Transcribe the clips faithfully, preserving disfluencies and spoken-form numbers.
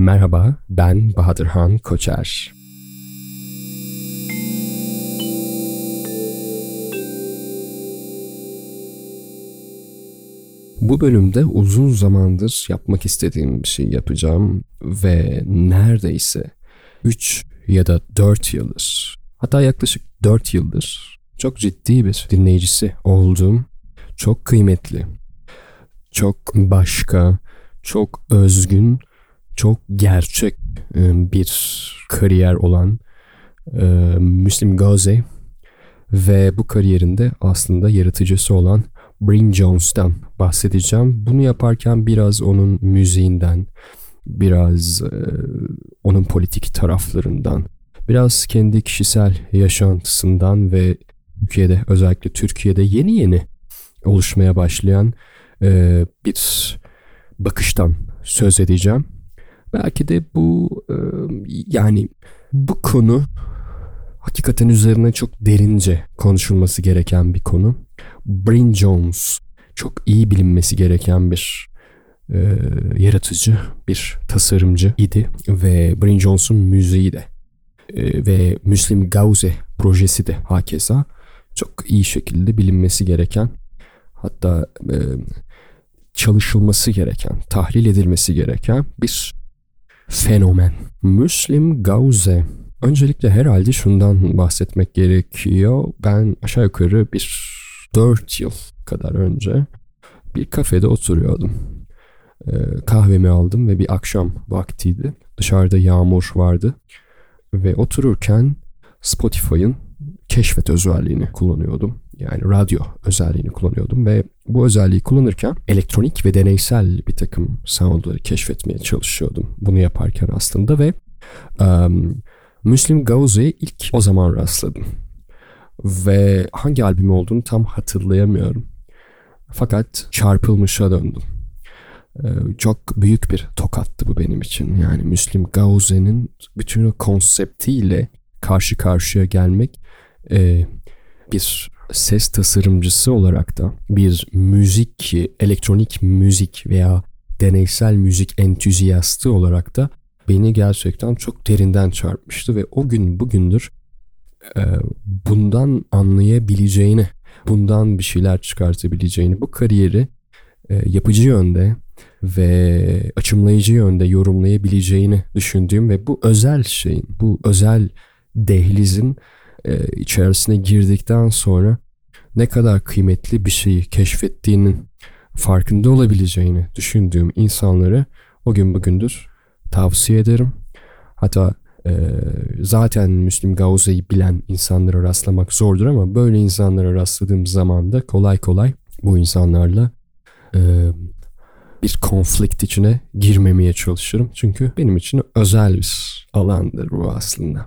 Merhaba, ben Bahadırhan Koçer. Bu bölümde uzun zamandır yapmak istediğim bir şey yapacağım ve neredeyse üç ya da dört yıldır, hatta yaklaşık dört yıldır çok ciddi bir dinleyicisi olduğum, çok kıymetli, çok başka, çok özgün, çok gerçek bir kariyer olan Müslüm Gauze ve bu kariyerinde aslında yaratıcısı olan Bryn Jones'tan bahsedeceğim. Bunu yaparken biraz onun müziğinden, biraz e, onun politik taraflarından, biraz kendi kişisel yaşantısından ve Türkiye'de, özellikle Türkiye'de yeni yeni oluşmaya başlayan e, bir bakıştan söz edeceğim. Belki de bu e, yani bu konu hakikaten üzerine çok derince konuşulması gereken bir konu. Bryn Jones çok iyi bilinmesi gereken bir e, yaratıcı, bir tasarımcı idi ve Bryn Jones'un müziği de e, ve Müslüm Gauze projesi de hakeza çok iyi şekilde bilinmesi gereken, hatta e, çalışılması gereken, tahlil edilmesi gereken bir fenomen. Müslüm Gauze. Öncelikle herhalde şundan bahsetmek gerekiyor. Ben aşağı yukarı bir dört yıl kadar önce bir kafede oturuyordum. Ee, kahvemi aldım ve bir akşam vaktiydi. Dışarıda yağmur vardı. Ve otururken Spotify'ın keşfet özelliğini kullanıyordum. Yani radyo özelliğini kullanıyordum ve bu özelliği kullanırken elektronik ve deneysel bir takım soundları keşfetmeye çalışıyordum. Bunu yaparken aslında ve um, Müslüm Gauze'ye ilk o zaman rastladım. Ve hangi albüm olduğunu tam hatırlayamıyorum. Fakat çarpılmışa döndüm. Ee, çok büyük bir tokattı bu benim için. Yani Müslüm Gauze'nin bütün o konseptiyle karşı karşıya gelmek, e, bir ses tasarımcısı olarak da bir müzik, elektronik müzik veya deneysel müzik entüziyastı olarak da beni gerçekten çok derinden çarpmıştı ve o gün bugündür e, bundan anlayabileceğini, bundan bir şeyler çıkartabileceğini, bu kariyeri e, yapıcı yönde ve açımlayıcı yönde yorumlayabileceğini düşündüğüm ve bu özel şeyin, bu özel dehlizin e, içerisine girdikten sonra ne kadar kıymetli bir şeyi keşfettiğinin farkında olabileceğini düşündüğüm insanları o gün bugündür tavsiye ederim. Hatta e, zaten Müslüm Gauze'yi bilen insanlara rastlamak zordur ama böyle insanlara rastladığım zaman da kolay kolay bu insanlarla e, bir konflikt içine girmemeye çalışırım. Çünkü benim için özel bir alandır bu aslında.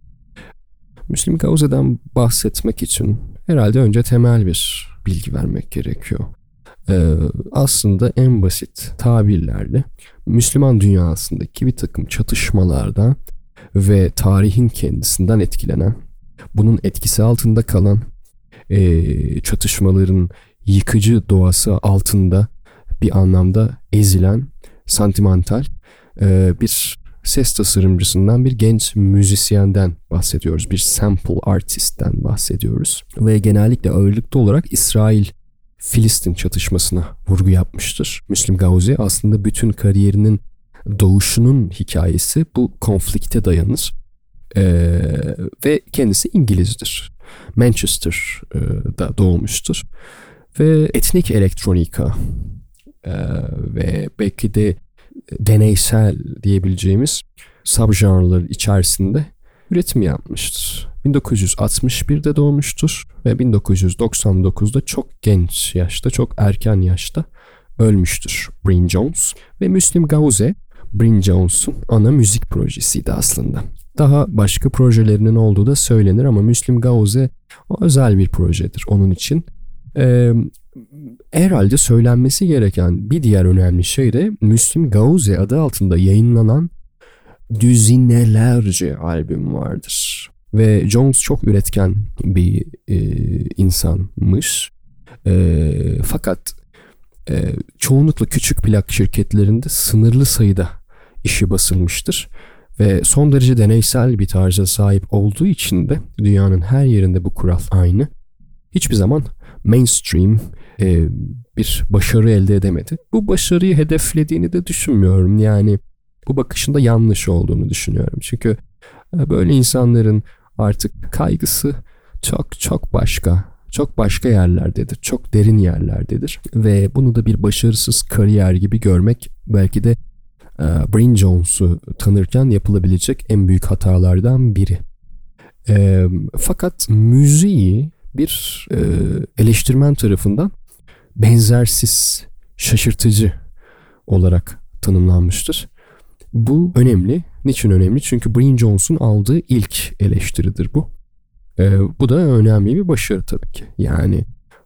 Müslüm Gauze'den bahsetmek için herhalde önce temel bir bilgi vermek gerekiyor. Ee, aslında en basit tabirlerle Müslüman dünyasındaki bir takım çatışmalardan ve tarihin kendisinden etkilenen, bunun etkisi altında kalan, e, çatışmaların yıkıcı doğası altında bir anlamda ezilen, santimental e, bir ses tasarımcısından, bir genç müzisyenden bahsediyoruz. Bir sample artist'ten bahsediyoruz. Ve genellikle ağırlıklı olarak İsrail-Filistin çatışmasına vurgu yapmıştır. Müslüm Gauze aslında bütün kariyerinin doğuşunun hikayesi bu konflikte dayanır. Ee, ve kendisi İngilizdir. Manchester'da doğmuştur. Ve etnik elektronika e, ve belki de deneysel diyebileceğimiz subjanrlar içerisinde üretim yapmıştır. bin dokuz yüz altmış birde doğmuştur ve bin dokuz yüz doksan dokuzda çok genç yaşta, çok erken yaşta ölmüştür Bryn Jones. Ve Müslüm Gauze, Bryn Jones'un ana müzik projesiydi aslında. Daha başka projelerinin olduğu da söylenir ama Müslüm Gauze o özel bir projedir onun için. Ee, herhalde söylenmesi gereken bir diğer önemli şey de Müslüm Gauze adı altında yayınlanan düzinelerce albüm vardır. Ve Jones çok üretken bir e, insanmış. E, fakat e, çoğunlukla küçük plak şirketlerinde sınırlı sayıda işi basılmıştır. Ve son derece deneysel bir tarza sahip olduğu için de dünyanın her yerinde bu kural aynı. Hiçbir zaman mainstream e, bir başarı elde edemedi. Bu başarıyı hedeflediğini de düşünmüyorum. Yani bu bakışında yanlış olduğunu düşünüyorum. Çünkü e, böyle insanların artık kaygısı çok çok başka. Çok başka yerlerdedir. Çok derin yerlerdedir. Ve bunu da bir başarısız kariyer gibi görmek belki de e, Brian Jones'u tanırken yapılabilecek en büyük hatalardan biri. E, fakat müziği bir e, eleştirmen tarafından benzersiz, şaşırtıcı olarak tanımlanmıştır. Bu önemli. Niçin önemli? Çünkü Brian Jones'un aldığı ilk eleştiridir bu. Ee, bu da önemli bir başarı tabii ki. Yani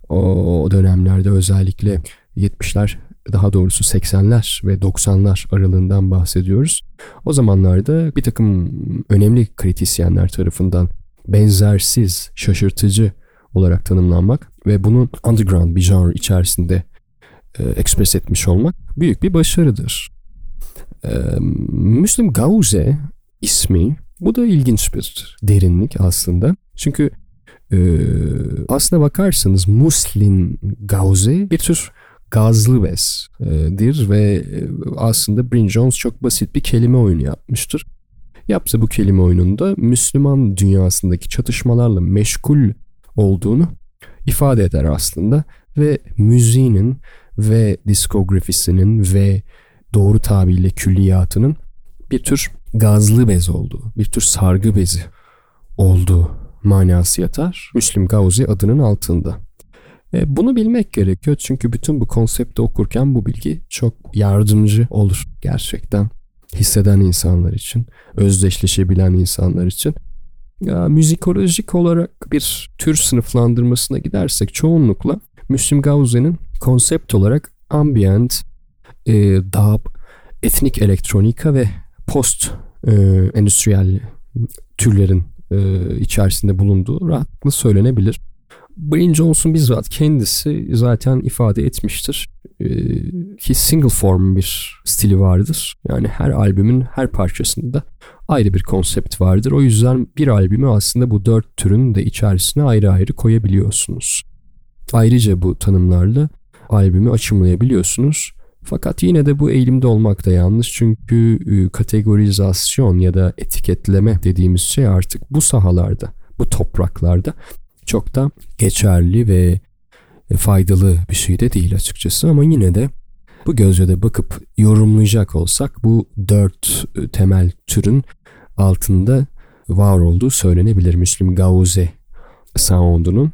o dönemlerde özellikle yetmişler, daha doğrusu seksenler ve doksanlar aralığından bahsediyoruz. O zamanlarda bir takım önemli kritisyenler tarafından benzersiz, şaşırtıcı olarak tanımlanmak ve bunu underground bir genre içerisinde e, ekspres etmiş olmak büyük bir başarıdır. E, Müslüm Gauze ismi, bu da ilginç bir derinlik aslında. Çünkü e, aslına bakarsanız Muslin Gauze bir tür gazlı bezdir ve aslında Brian Jones çok basit bir kelime oyunu yapmıştır. Yaptığı bu kelime oyununda Müslüman dünyasındaki çatışmalarla meşgul olduğunu ifade eder aslında ve müziğinin ve diskografisinin ve doğru tabirle külliyatının bir tür gazlı bez olduğu, bir tür sargı bezi olduğu manası yatar Müslüm Gauze adının altında. E, bunu bilmek gerekiyor çünkü bütün bu konsepti okurken bu bilgi çok yardımcı olur gerçekten hisseden insanlar için, özdeşleşebilen insanlar için. Ya, müzikolojik olarak bir tür sınıflandırmasına gidersek çoğunlukla Müslüm Gauze'nin konsept olarak ambient, e, dub, etnik elektronika ve post e, endüstriyel türlerin e, içerisinde bulunduğu rahatlıkla söylenebilir. Brian Jones'un bizzat kendisi zaten ifade etmiştir e, ki single form bir stili vardır. Yani her albümün her parçasında ayrı bir konsept vardır. O yüzden bir albümü aslında bu dört türün de içerisine ayrı ayrı koyabiliyorsunuz. Ayrıca bu tanımlarla albümü açımlayabiliyorsunuz. Fakat yine de bu eğilimde olmak da yanlış çünkü kategorizasyon ya da etiketleme dediğimiz şey artık bu sahalarda, bu topraklarda çok da geçerli ve faydalı bir şey de değil açıkçası. Ama yine de bu gözle de bakıp yorumlayacak olsak bu dört temel türün altında var olduğu söylenebilir Müslüm Gauze sound'unun.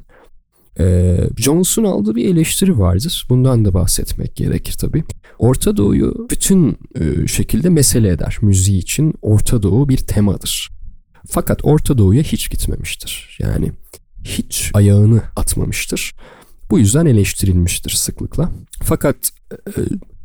Ee, Jones'un aldığı bir eleştiri vardır. Bundan da bahsetmek gerekir tabii. Orta Doğu'yu bütün e, şekilde mesele eder. Müziği için Orta Doğu bir temadır. Fakat Orta Doğu'ya hiç gitmemiştir. Yani hiç ayağını atmamıştır. Bu yüzden eleştirilmiştir sıklıkla. Fakat e,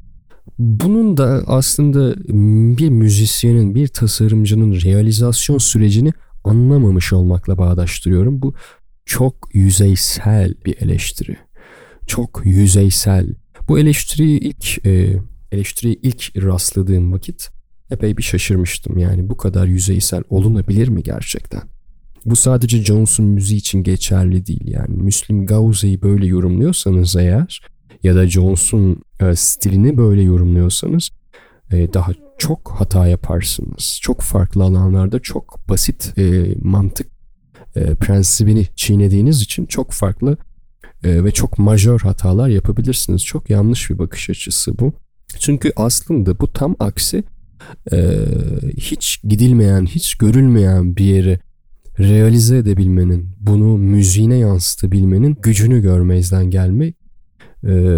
bunun da aslında bir müzisyenin, bir tasarımcının realizasyon sürecini anlamamış olmakla bağdaştırıyorum. Bu çok yüzeysel bir eleştiri. Çok yüzeysel. Bu eleştiriyi ilk e, eleştiriyi ilk rastladığım vakit epey bir şaşırmıştım. Yani bu kadar yüzeysel olunabilir mi gerçekten? Bu sadece Jones'un müziği için geçerli değil. Yani Müslüm Gauze'yi böyle yorumluyorsanız eğer ya da Jones'un e, stilini böyle yorumluyorsanız e, daha çok hata yaparsınız. Çok farklı alanlarda çok basit e, mantık e, prensibini çiğnediğiniz için çok farklı e, ve çok majör hatalar yapabilirsiniz. Çok yanlış bir bakış açısı bu. Çünkü aslında bu tam aksi e, hiç gidilmeyen, hiç görülmeyen bir yeri realize edebilmenin, bunu müziğine yansıtabilmenin gücünü görmezden gelmek ee,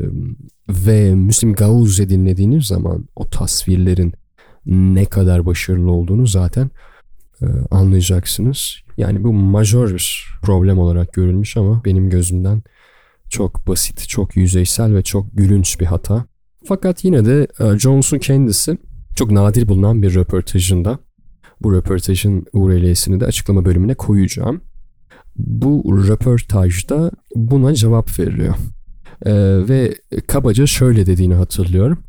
ve Müslüm Gauze dinlediğiniz zaman o tasvirlerin ne kadar başarılı olduğunu zaten e, anlayacaksınız. Yani bu majör bir problem olarak görülmüş ama benim gözümden çok basit, çok yüzeysel ve çok gülünç bir hata. Fakat yine de e, Jones'un kendisi çok nadir bulunan bir röportajında, bu röportajın U R L'sini de açıklama bölümüne koyacağım. Bu röportajda buna cevap veriyor. Ee, ve kabaca şöyle dediğini hatırlıyorum.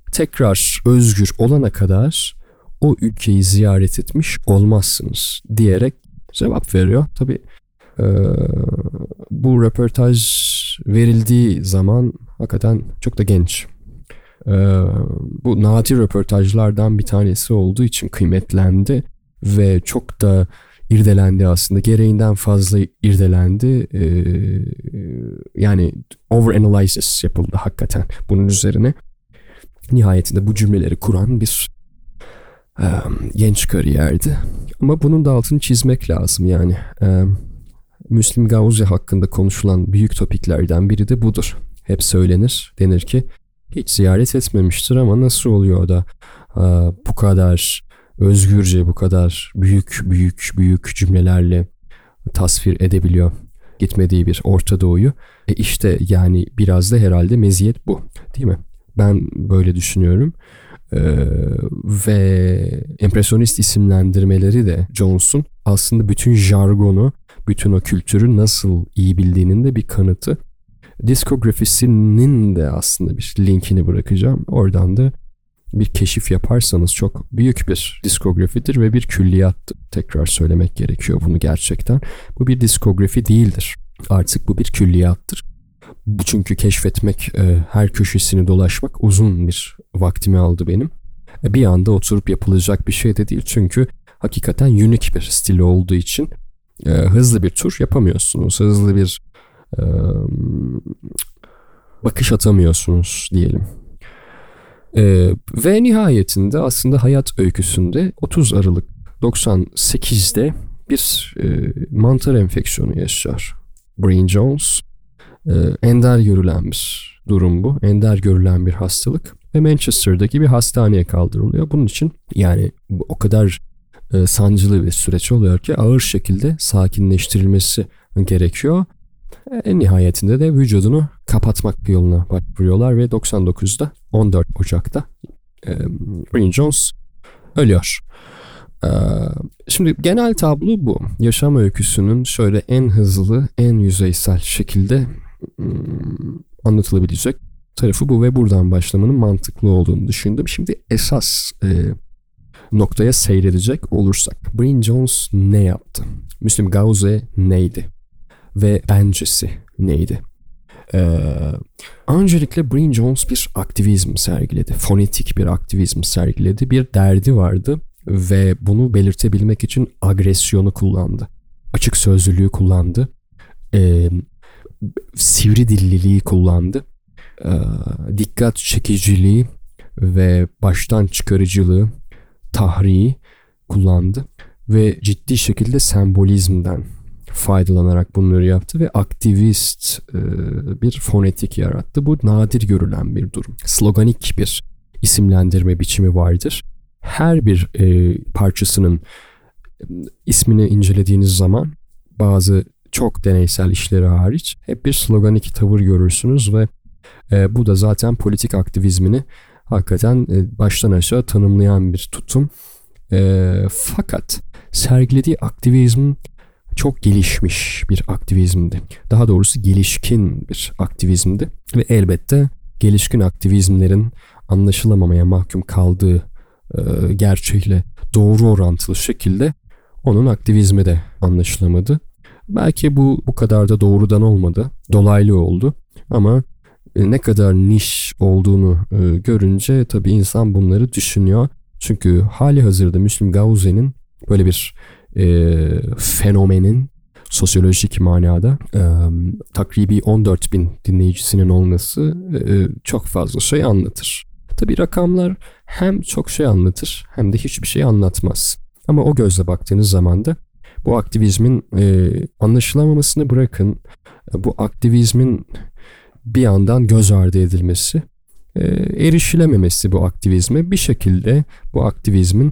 tekrar özgür olana kadar o ülkeyi ziyaret etmiş olmazsınız diyerek cevap veriyor. Tabii e, bu röportaj verildiği zaman hakikaten çok da genç. E, bu nadir röportajlardan bir tanesi olduğu için kıymetlendi ve çok da irdelendi aslında. Gereğinden fazla irdelendi. E, yani overanalysis yapıldı hakikaten bunun üzerine. Nihayetinde bu cümleleri kuran bir e, genç kariyerdi. Ama bunun da altını çizmek lazım yani. E, Müslim Gavzi hakkında konuşulan büyük topiklerden biri de budur. Hep söylenir, denir ki hiç ziyaret etmemiştir ama nasıl oluyor da e, bu kadar özgürce, bu kadar büyük büyük büyük cümlelerle tasvir edebiliyor gitmediği bir Orta Doğu'yu. E işte yani biraz da herhalde meziyet bu, değil mi? Ben böyle düşünüyorum. Ee, ve empresyonist isimlendirmeleri de Jones'un aslında bütün jargonu, bütün o kültürü nasıl iyi bildiğinin de bir kanıtı. Diskografisinin de aslında bir linkini bırakacağım. Oradan da bir keşif yaparsanız çok büyük bir diskografidir ve bir külliyattır. Tekrar söylemek gerekiyor bunu gerçekten. Bu bir diskografi değildir. Artık bu bir külliyattır. Bu çünkü keşfetmek, her köşesini dolaşmak uzun bir vaktimi aldı benim. Bir anda oturup yapılacak bir şey de değil. Çünkü hakikaten unik bir stili olduğu için hızlı bir tur yapamıyorsunuz. Hızlı bir e, bakış atamıyorsunuz diyelim. E, ve nihayetinde aslında hayat öyküsünde otuz Aralık doksan sekizde bir e, mantar enfeksiyonu yaşar Brian Jones. E, ender görülen bir durum bu. Ender görülen bir hastalık. Ve Manchester'daki bir hastaneye kaldırılıyor. Bunun için yani o kadar e, sancılı bir süreç oluyor ki ağır şekilde sakinleştirilmesi gerekiyor. En nihayetinde de vücudunu kapatmak yoluna başvuruyorlar ve doksan dokuzda on dört Ocak'ta e, Brian Jones ölüyor. E, şimdi genel tablo bu. Yaşam öyküsünün şöyle en hızlı, en yüzeysel şekilde hmm, anlatılabilecek tarafı bu ve buradan başlamanın mantıklı olduğunu düşündüm. Şimdi esas e, noktaya seyredecek olursak. Brian Jones ne yaptı? Müslim Gavzi neydi? Ve bencesi neydi? Ee, öncelikle Brian Jones bir aktivizm sergiledi. Fonetik bir aktivizm sergiledi. Bir derdi vardı ve bunu belirtebilmek için agresyonu kullandı. Açık sözlülüğü kullandı. Ee, sivri dilliliği kullandı. Ee, dikkat çekiciliği ve baştan çıkarıcılığı, tahriyi kullandı. Ve ciddi şekilde sembolizmden faydalanarak bunları yaptı ve aktivist e, bir fonetik yarattı. Bu nadir görülen bir durum. Sloganik bir isimlendirme biçimi vardır. Her bir e, parçasının e, ismini incelediğiniz zaman bazı çok deneysel işleri hariç hep bir sloganik tavır görürsünüz ve e, bu da zaten politik aktivizmini hakikaten e, baştan aşağı tanımlayan bir tutum. E, fakat sergilediği aktivizm çok gelişmiş bir aktivizmdi. Daha doğrusu gelişkin bir aktivizmdi. Ve elbette gelişkin aktivizmlerin anlaşılamamaya mahkum kaldığı e, gerçeğiyle doğru orantılı şekilde onun aktivizmi de anlaşılamadı. Belki bu bu kadar da doğrudan olmadı. Dolaylı oldu. Ama e, ne kadar niş olduğunu e, görünce tabii insan bunları düşünüyor. Çünkü hali hazırda Müslim Gavzi'nin böyle bir E, fenomenin sosyolojik manada e, takribi on dört bin dinleyicisinin olması e, çok fazla şey anlatır. Tabii rakamlar hem çok şey anlatır hem de hiçbir şey anlatmaz. Ama o gözle baktığınız zaman da bu aktivizmin e, anlaşılamamasını bırakın, bu aktivizmin bir yandan göz ardı edilmesi, e, erişilememesi bu aktivizme bir şekilde bu aktivizmin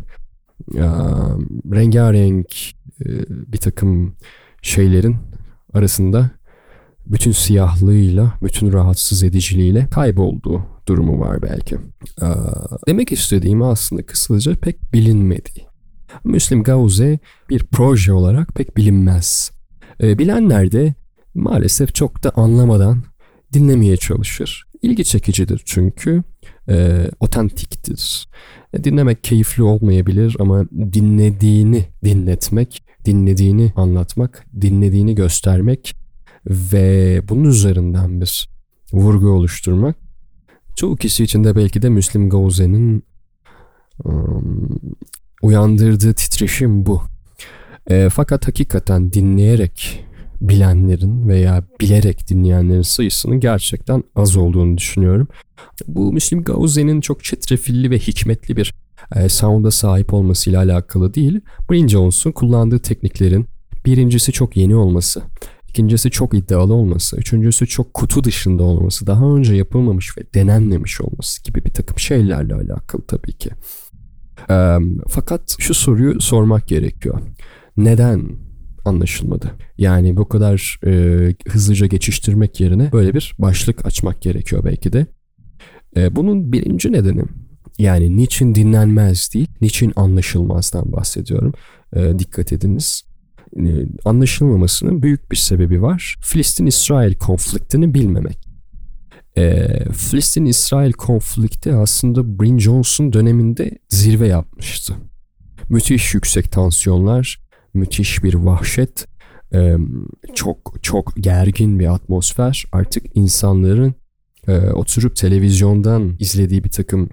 Ya, rengarenk e, bir takım şeylerin arasında bütün siyahlığıyla, bütün rahatsız ediciliğiyle kaybolduğu durumu var belki. E, demek istediğim aslında kısaca pek bilinmedi. Müslim Gavzi bir proje olarak pek bilinmez. E, bilenler de maalesef çok da anlamadan dinlemeye çalışır. İlgi çekicidir çünkü e, otentiktir. E, dinlemek keyifli olmayabilir ama dinlediğini dinletmek, dinlediğini anlatmak, dinlediğini göstermek ve bunun üzerinden bir vurgu oluşturmak çoğu kişi için de belki de Müslim Gauze'nin um, uyandırdığı titreşim bu. E, fakat hakikaten dinleyerek bilenlerin veya bilerek dinleyenlerin sayısının gerçekten az olduğunu düşünüyorum. Bu Müslim Gauze'nin çok çetrefilli ve hikmetli bir e, sound'a sahip olmasıyla alakalı değil. Brian Jones'un kullandığı tekniklerin birincisi çok yeni olması, ikincisi çok iddialı olması, üçüncüsü çok kutu dışında olması, daha önce yapılmamış ve denenmemiş olması gibi bir takım şeylerle alakalı tabii ki. E, fakat şu soruyu sormak gerekiyor. Neden anlaşılmadı? Yani bu kadar e, hızlıca geçiştirmek yerine böyle bir başlık açmak gerekiyor belki de. E, bunun birinci nedeni, yani niçin dinlenmez değil, niçin anlaşılmazdan bahsediyorum. E, dikkat ediniz. E, anlaşılmamasının büyük bir sebebi var. Filistin-İsrail konfliktini bilmemek. E, Filistin-İsrail konflikti aslında Brian Jones'un döneminde zirve yapmıştı. Müthiş yüksek tansiyonlar, müthiş bir vahşet, çok çok gergin bir atmosfer. Artık insanların oturup televizyondan izlediği bir takım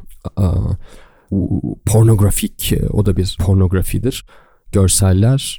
pornografik, o da bir pornografidir, görseller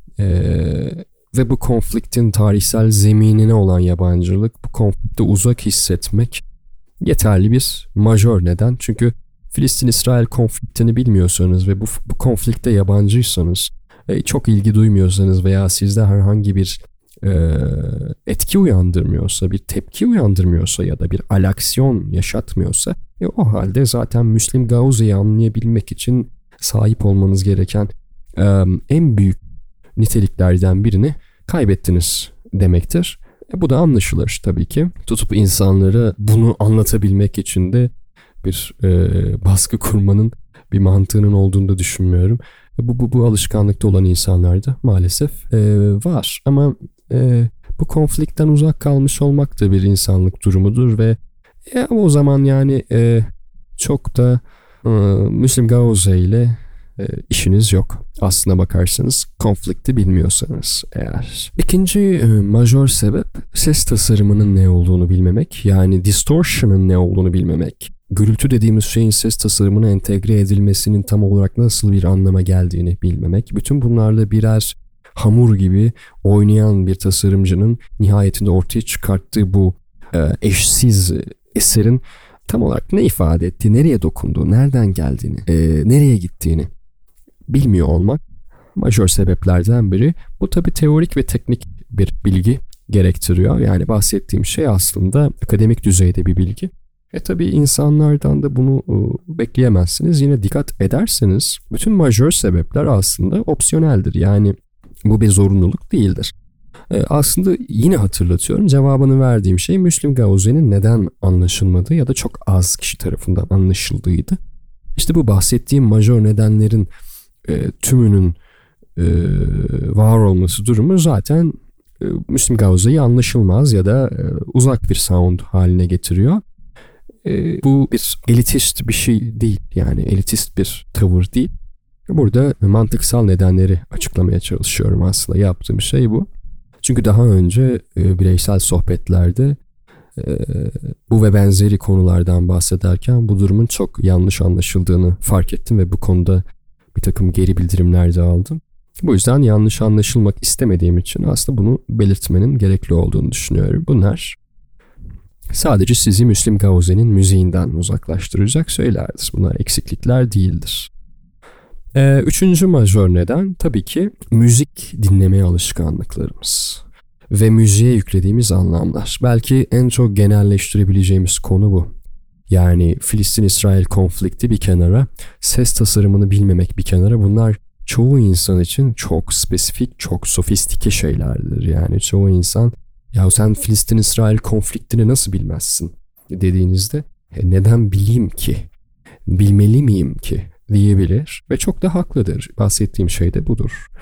ve bu konfliktin tarihsel zeminine olan yabancılık, bu konflikte uzak hissetmek yeterli bir majör neden. Çünkü Filistin-İsrail konfliktini bilmiyorsanız ve bu, bu konflikte yabancıysanız, çok ilgi duymuyorsanız veya sizde herhangi bir e, etki uyandırmıyorsa, bir tepki uyandırmıyorsa ya da bir alaksiyon yaşatmıyorsa, e, o halde zaten Müslim Gauze'yi anlayabilmek için sahip olmanız gereken e, en büyük niteliklerden birini kaybettiniz demektir. E, bu da anlaşılır tabii ki. Tutup insanlara bunu anlatabilmek için de bir e, baskı kurmanın bir mantığının olduğunu da düşünmüyorum. Bu, bu, bu alışkanlıkta olan insanlarda maalesef e, var. Ama e, bu konflikten uzak kalmış olmak da bir insanlık durumudur ve e, o zaman yani e, çok da e, Müslim Gauze ile e, işiniz yok. Aslına bakarsanız konflikti bilmiyorsanız eğer. İkinci e, majör sebep ses tasarımının ne olduğunu bilmemek. Yani distortion'ın ne olduğunu bilmemek. Gürültü dediğimiz şeyin ses tasarımına entegre edilmesinin tam olarak nasıl bir anlama geldiğini bilmemek. Bütün bunlarla birer hamur gibi oynayan bir tasarımcının nihayetinde ortaya çıkarttığı bu e, eşsiz eserin tam olarak ne ifade ettiği, nereye dokunduğu, nereden geldiğini, e, nereye gittiğini bilmiyor olmak majör sebeplerden biri. Bu tabii teorik ve teknik bir bilgi gerektiriyor. Yani bahsettiğim şey aslında akademik düzeyde bir bilgi. E tabii insanlardan da bunu e, bekleyemezsiniz. Yine dikkat ederseniz bütün majör sebepler aslında opsiyoneldir. Yani bu bir zorunluluk değildir. E, aslında yine hatırlatıyorum, cevabını verdiğim şey Müslim Gauze'nin neden anlaşılmadığı ya da çok az kişi tarafından anlaşıldığıydı. İşte bu bahsettiğim majör nedenlerin e, tümünün e, var olması durumu zaten e, Müslim Gauze'yi anlaşılmaz ya da e, uzak bir sound haline getiriyor. E, bu bir elitist bir şey değil, yani elitist bir tavır değil. Burada mantıksal nedenleri açıklamaya çalışıyorum, aslında yaptığım şey bu. Çünkü daha önce e, bireysel sohbetlerde e, bu ve benzeri konulardan bahsederken bu durumun çok yanlış anlaşıldığını fark ettim ve bu konuda bir takım geri bildirimler de aldım. Bu yüzden yanlış anlaşılmak istemediğim için aslında bunu belirtmenin gerekli olduğunu düşünüyorum. Bunlar sadece sizi Müslim Gauze'nin müziğinden uzaklaştıracak şeylerdir. Bunlar eksiklikler değildir. Ee, üçüncü majör neden tabii ki müzik dinlemeye alışkanlıklarımız ve müziğe yüklediğimiz anlamlar. Belki en çok genelleştirebileceğimiz konu bu. Yani Filistin-İsrail konflikti bir kenara, ses tasarımını bilmemek bir kenara, bunlar çoğu insan için çok spesifik, çok sofistike şeylerdir. Yani çoğu insan, ya sen Filistin-İsrail konfliktini nasıl bilmezsin dediğinizde, e neden bileyim ki, bilmeli miyim ki diyebilir ve çok da haklıdır. Bahsettiğim şey de budur.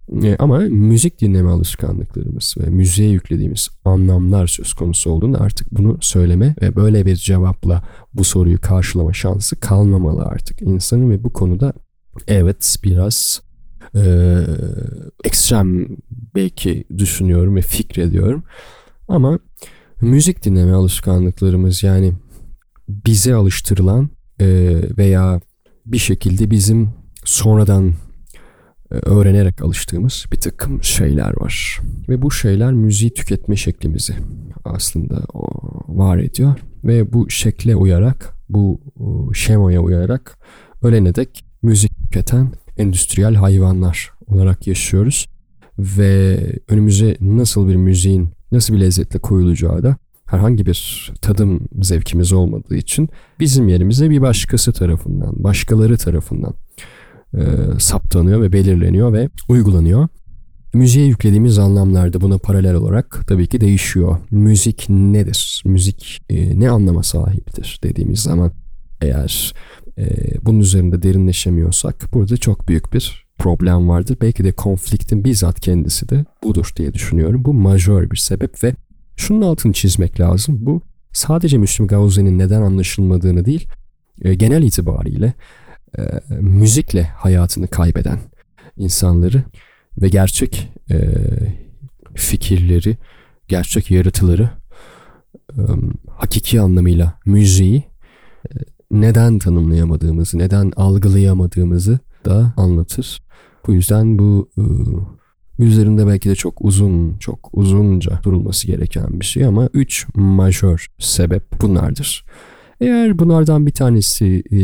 E, ama müzik dinleme alışkanlıklarımız ve müziğe yüklediğimiz anlamlar söz konusu olduğunda artık bunu söyleme ve böyle bir cevapla bu soruyu karşılama şansı kalmamalı artık insanın ve bu konuda evet biraz e, ekstrem belki düşünüyorum ve fikrediyorum ama müzik dinleme alışkanlıklarımız yani bize alıştırılan e, veya bir şekilde bizim sonradan öğrenerek alıştığımız bir takım şeyler var. Ve bu şeyler müziği tüketme şeklimizi aslında var ediyor. Ve bu şekle uyarak, bu şemaya uyarak ölene dek müzik tüketen endüstriyel hayvanlar olarak yaşıyoruz. Ve önümüze nasıl bir müziğin, nasıl bir lezzetle koyulacağı da herhangi bir tadım zevkimiz olmadığı için bizim yerimize bir başkası tarafından, başkaları tarafından E, saptanıyor ve belirleniyor ve uygulanıyor. Müziğe yüklediğimiz anlamlar da buna paralel olarak tabii ki değişiyor. Müzik nedir? Müzik e, ne anlama sahiptir dediğimiz zaman eğer e, bunun üzerinde derinleşemiyorsak burada çok büyük bir problem vardır. Belki de konfliktin bizzat kendisi de budur diye düşünüyorum. Bu majör bir sebep ve şunun altını çizmek lazım. Bu sadece Müslüm Gavuzzi'nin neden anlaşılmadığını değil, e, genel itibariyle E, müzikle hayatını kaybeden insanları ve gerçek e, fikirleri, gerçek yaratıları, e, hakiki anlamıyla müziği e, neden tanımlayamadığımızı, neden algılayamadığımızı da anlatır. Bu yüzden bu e, üzerinde belki de çok uzun, çok uzunca durulması gereken bir şey ama üç majör sebep bunlardır. Eğer bunlardan bir tanesi e,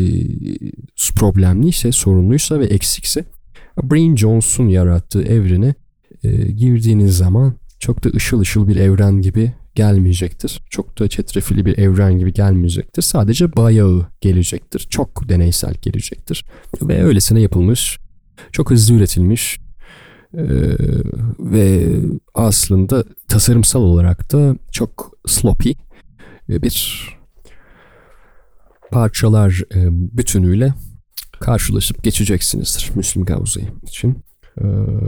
problemliyse, sorunluysa ve eksikse Brian Jones'un yarattığı evrene e, girdiğiniz zaman çok da ışıl ışıl bir evren gibi gelmeyecektir. Çok da çetrefilli bir evren gibi gelmeyecektir. Sadece bayağı gelecektir. Çok deneysel gelecektir. Ve öylesine yapılmış, çok hızlı üretilmiş e, ve aslında tasarımsal olarak da çok sloppy bir parçalar e, bütünüyle karşılaşıp geçeceksinizdir Müslüm Gavuzzi için. E,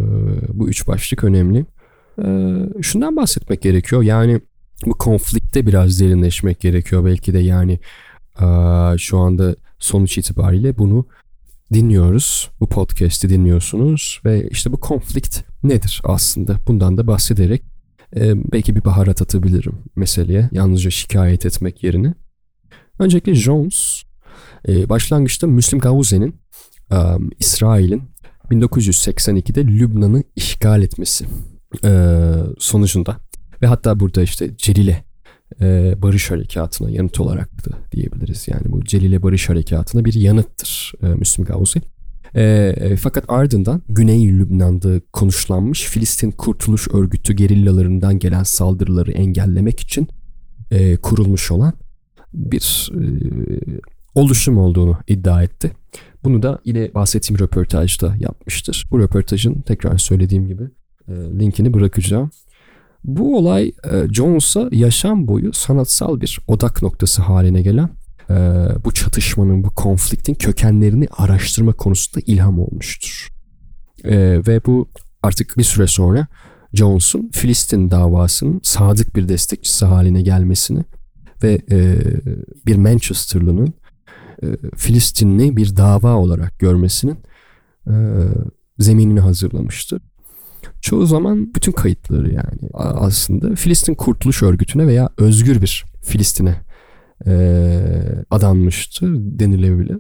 bu üç başlık önemli. E, şundan bahsetmek gerekiyor. Yani bu konflikte biraz derinleşmek gerekiyor. Belki de yani e, şu anda sonuç itibariyle bunu dinliyoruz. Bu podcast'i dinliyorsunuz ve işte bu konflikt nedir aslında? Bundan da bahsederek e, belki bir baharat atabilirim meseleye. Yalnızca şikayet etmek yerine. Öncelikle Jones e, başlangıçta Müslüm Gavuzzi'nin e, İsrail'in bin dokuz yüz seksen ikide Lübnan'ı işgal etmesi e, sonucunda ve hatta burada işte Celile e, Barış Harekatı'na yanıt olarak da diyebiliriz. Yani bu Celile Barış Harekatı'na bir yanıttır e, Müslüm Gavuzzi. E, e, fakat ardından Güney Lübnan'da konuşlanmış Filistin Kurtuluş Örgütü gerillalarından gelen saldırıları engellemek için e, kurulmuş olan bir e, oluşum olduğunu iddia etti. Bunu da yine bahsettiğim röportajda yapmıştır. Bu röportajın tekrar söylediğim gibi e, linkini bırakacağım. Bu olay e, Jones'a yaşam boyu sanatsal bir odak noktası haline gelen e, bu çatışmanın, bu konfliktin kökenlerini araştırma konusunda ilham olmuştur. E, ve bu artık bir süre sonra Jones'un Filistin davasının sadık bir destekçisi haline gelmesini ve e, bir Manchesterlı'nın e, Filistinli bir dava olarak görmesinin e, zeminini hazırlamıştı. Çoğu zaman bütün kayıtları yani aslında Filistin Kurtuluş Örgütü'ne veya özgür bir Filistin'e e, adanmıştı denilebilir.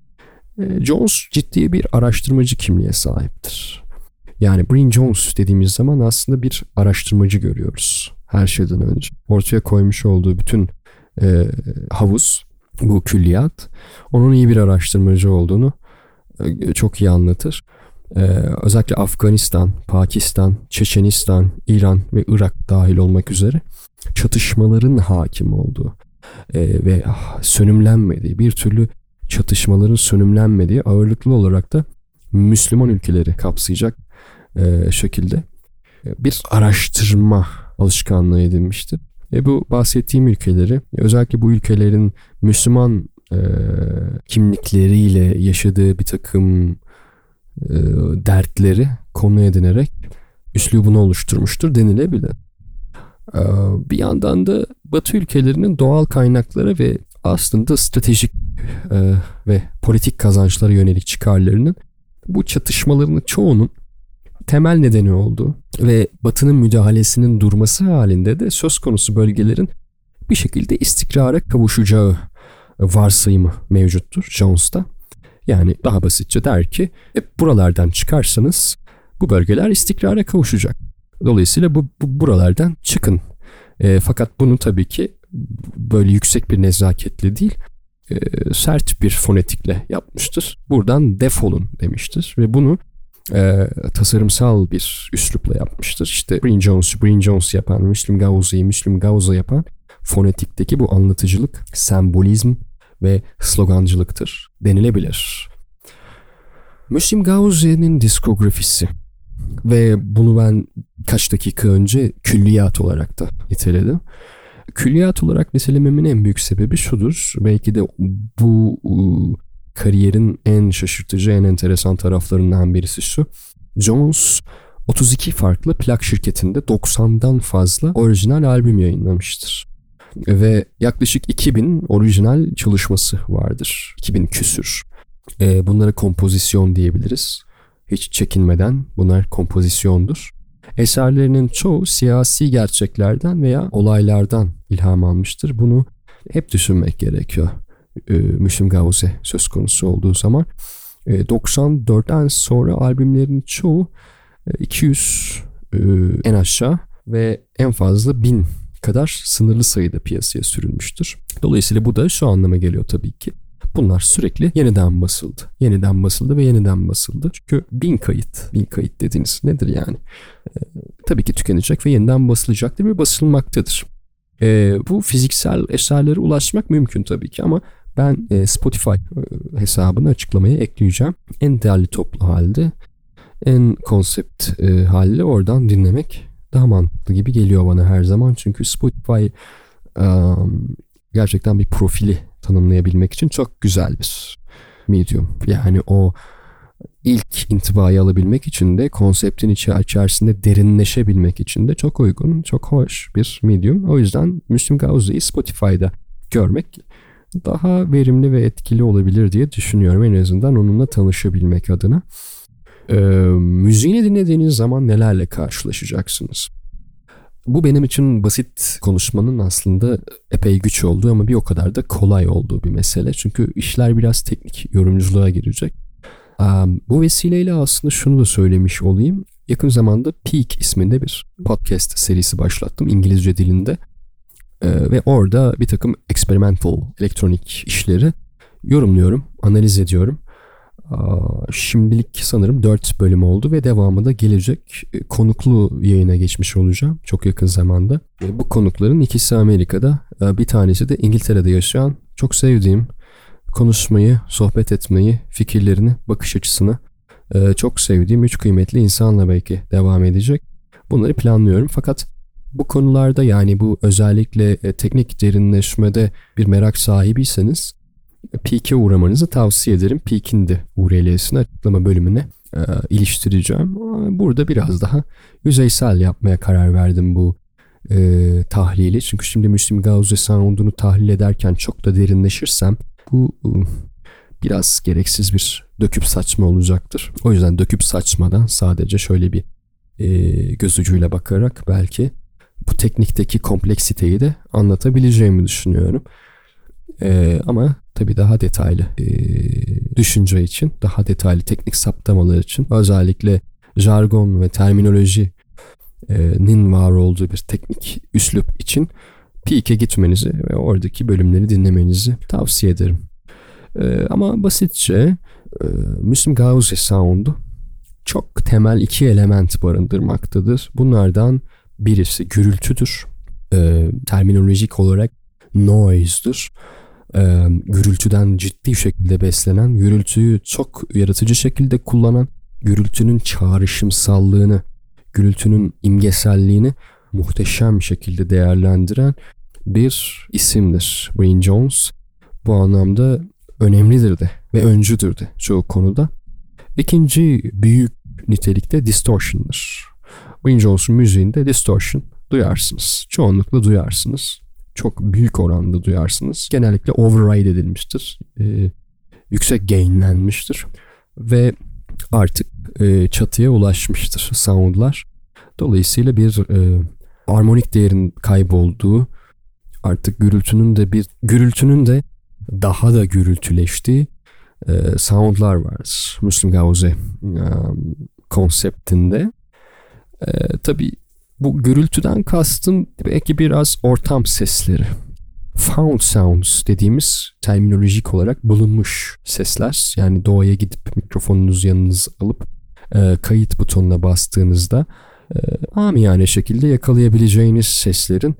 E, Jones ciddi bir araştırmacı kimliğe sahiptir. Yani Brian Jones dediğimiz zaman aslında bir araştırmacı görüyoruz her şeyden önce. Ortaya koymuş olduğu bütün e, havuz, bu külliyat onun iyi bir araştırmacı olduğunu e, çok iyi anlatır. Ee, özellikle Afganistan, Pakistan, Çeçenistan, İran ve Irak dahil olmak üzere çatışmaların hakim olduğu e, ve ah, sönümlenmediği, bir türlü çatışmaların sönümlenmediği, ağırlıklı olarak da Müslüman ülkeleri kapsayacak e, şekilde bir araştırma alışkanlığı edinmiştir. Ve bu bahsettiğim ülkeleri, özellikle bu ülkelerin Müslüman e, kimlikleriyle yaşadığı bir takım e, dertleri konu edinerek üslubunu oluşturmuştur denilebilir. E, bir yandan da Batı ülkelerinin doğal kaynaklara ve aslında stratejik e, ve politik kazançlara yönelik çıkarlarının bu çatışmaların çoğunun temel nedeni olduğu ve Batı'nın müdahalesinin durması halinde de söz konusu bölgelerin bir şekilde istikrara kavuşacağı varsayımı mevcuttur Jones'ta. Yani daha basitçe der ki hep buralardan çıkarsanız bu bölgeler istikrara kavuşacak. Dolayısıyla bu, bu buralardan çıkın. E, fakat bunu tabii ki böyle yüksek bir nezaketle değil, e, sert bir fonetikle yapmıştır. Buradan defolun demiştir ve bunu e, tasarımsal bir üslupla yapmıştır. İşte Bryn Jones'u Bryn Jones yapan, Müslüm Gavuza'yı Müslüm Gavuza yapan fonetikteki bu anlatıcılık, sembolizm ve slogancılıktır denilebilir. Müslüm Gavuza'nın diskografisi ve bunu ben kaç dakika önce külliyat olarak da niteledim. Külliyat olarak nitelememin en büyük sebebi şudur. Belki de bu uh, kariyerin en şaşırtıcı, en enteresan taraflarından birisi şu. Jones otuz iki farklı plak şirketinde doksandan fazla orijinal albüm yayınlamıştır. Ve yaklaşık iki bin orijinal çalışması vardır. iki bin küsür. E, bunlara kompozisyon diyebiliriz. Hiç çekinmeden bunlar kompozisyondur. Eserlerinin çoğu siyasi gerçeklerden veya olaylardan ilham almıştır. Bunu hep düşünmek gerekiyor. E, Müslüm Gavuza söz konusu olduğu zaman. E, doksan dörtten sonra albümlerin çoğu e, iki yüz e, en aşağı ve en fazla bin kadar sınırlı sayıda piyasaya sürülmüştür. Dolayısıyla bu da şu anlama geliyor tabii ki. Bunlar sürekli yeniden basıldı. Yeniden basıldı ve yeniden basıldı. Çünkü bin kayıt. Bin kayıt dediğiniz nedir yani? Ee, tabii ki tükenecek ve yeniden basılacaktır ve basılmaktadır. Ee, bu fiziksel eserlere ulaşmak mümkün tabii ki ama ben e, Spotify e, hesabını açıklamaya ekleyeceğim. En değerli toplu halde, en konsept e, halde oradan dinlemek daha mantıklı gibi geliyor bana her zaman. Çünkü Spotify um, gerçekten bir profili tanımlayabilmek için çok güzel bir medium. Yani o ilk intibayı alabilmek için de konseptin içerisinde derinleşebilmek için de çok uygun, çok hoş bir medium. O yüzden Müslüm Gavuza'yı Spotify'da görmek daha verimli ve etkili olabilir diye düşünüyorum. En azından onunla tanışabilmek adına. Ee, müziğini dinlediğiniz zaman nelerle karşılaşacaksınuz? Bu benim için basit konuşmanın aslında epey güç olduğu ama bir o kadar da kolay olduğu bir mesele. Çünkü işler biraz teknik yorumculuğa girecek. Um, bu vesileyle aslında şunu da söylemiş olayım. Yakın zamanda Peak isminde bir podcast serisi başlattım İngilizce dilinde. Ee, ve orada bir takım experimental elektronik işleri yorumluyorum, analiz ediyorum. Şimdilik sanırım dört bölüm oldu ve devamı da gelecek. Konuklu yayına geçmiş olacağım çok yakın zamanda. Bu konukların ikisi Amerika'da, bir tanesi de İngiltere'de yaşayan, çok sevdiğim, konuşmayı, sohbet etmeyi, fikirlerini, bakış açısını çok sevdiğim üç kıymetli insanla belki devam edecek. Bunları planlıyorum fakat bu konularda, yani bu özellikle teknik derinleşmede bir merak sahibiyseniz Peak'e uğramanızı tavsiye ederim. Peak'in de U R L'sini açıklama bölümüne e, iliştireceğim. Burada biraz daha yüzeysel yapmaya karar verdim bu e, tahlili. Çünkü şimdi Müslüm Gavuza sound'unu tahlil ederken çok da derinleşirsem bu e, biraz gereksiz bir döküp saçma olacaktır. O yüzden döküp saçmadan sadece şöyle bir e, göz ucuyla bakarak belki bu teknikteki kompleksiteyi de anlatabileceğimi düşünüyorum. E, ama tabii daha detaylı e, düşünce için, daha detaylı teknik saptamalar için, özellikle jargon ve terminolojinin var olduğu bir teknik üslup için Peak'e gitmenizi ve oradaki bölümleri dinlemenizi tavsiye ederim. E, ama basitçe e, Müslüm Gavuza sound'u çok temel iki element barındırmaktadır. Bunlardan birisi gürültüdür. E, terminolojik olarak noise'dur. Ee, gürültüden ciddi şekilde beslenen, gürültüyü çok yaratıcı şekilde kullanan, gürültünün çağrışımsallığını, gürültünün imgeselliğini muhteşem şekilde değerlendiren bir isimdir Bryn Jones. Bu anlamda önemlidir de ve öncüdür de çoğu konuda. İkinci büyük nitelikte distortion'dır. Brian Jones'un müziğinde distortion duyarsınız. Çoğunlukla duyarsınız. Çok büyük oranda duyarsınız. Genellikle override edilmiştir. Ee, yüksek gainlenmiştir. Ve artık e, çatıya ulaşmıştır soundlar. Dolayısıyla bir e, armonik değerin kaybolduğu, artık gürültünün de bir gürültünün de daha da gürültüleştiği e, soundlar var Müslüm Gauze e, konseptinde. E, tabii bu gürültüden kastım belki biraz ortam sesleri. Found sounds dediğimiz terminolojik olarak bulunmuş sesler. Yani doğaya gidip mikrofonunuzu yanınıza alıp e, kayıt butonuna bastığınızda e, amiyane şekilde yakalayabileceğiniz seslerin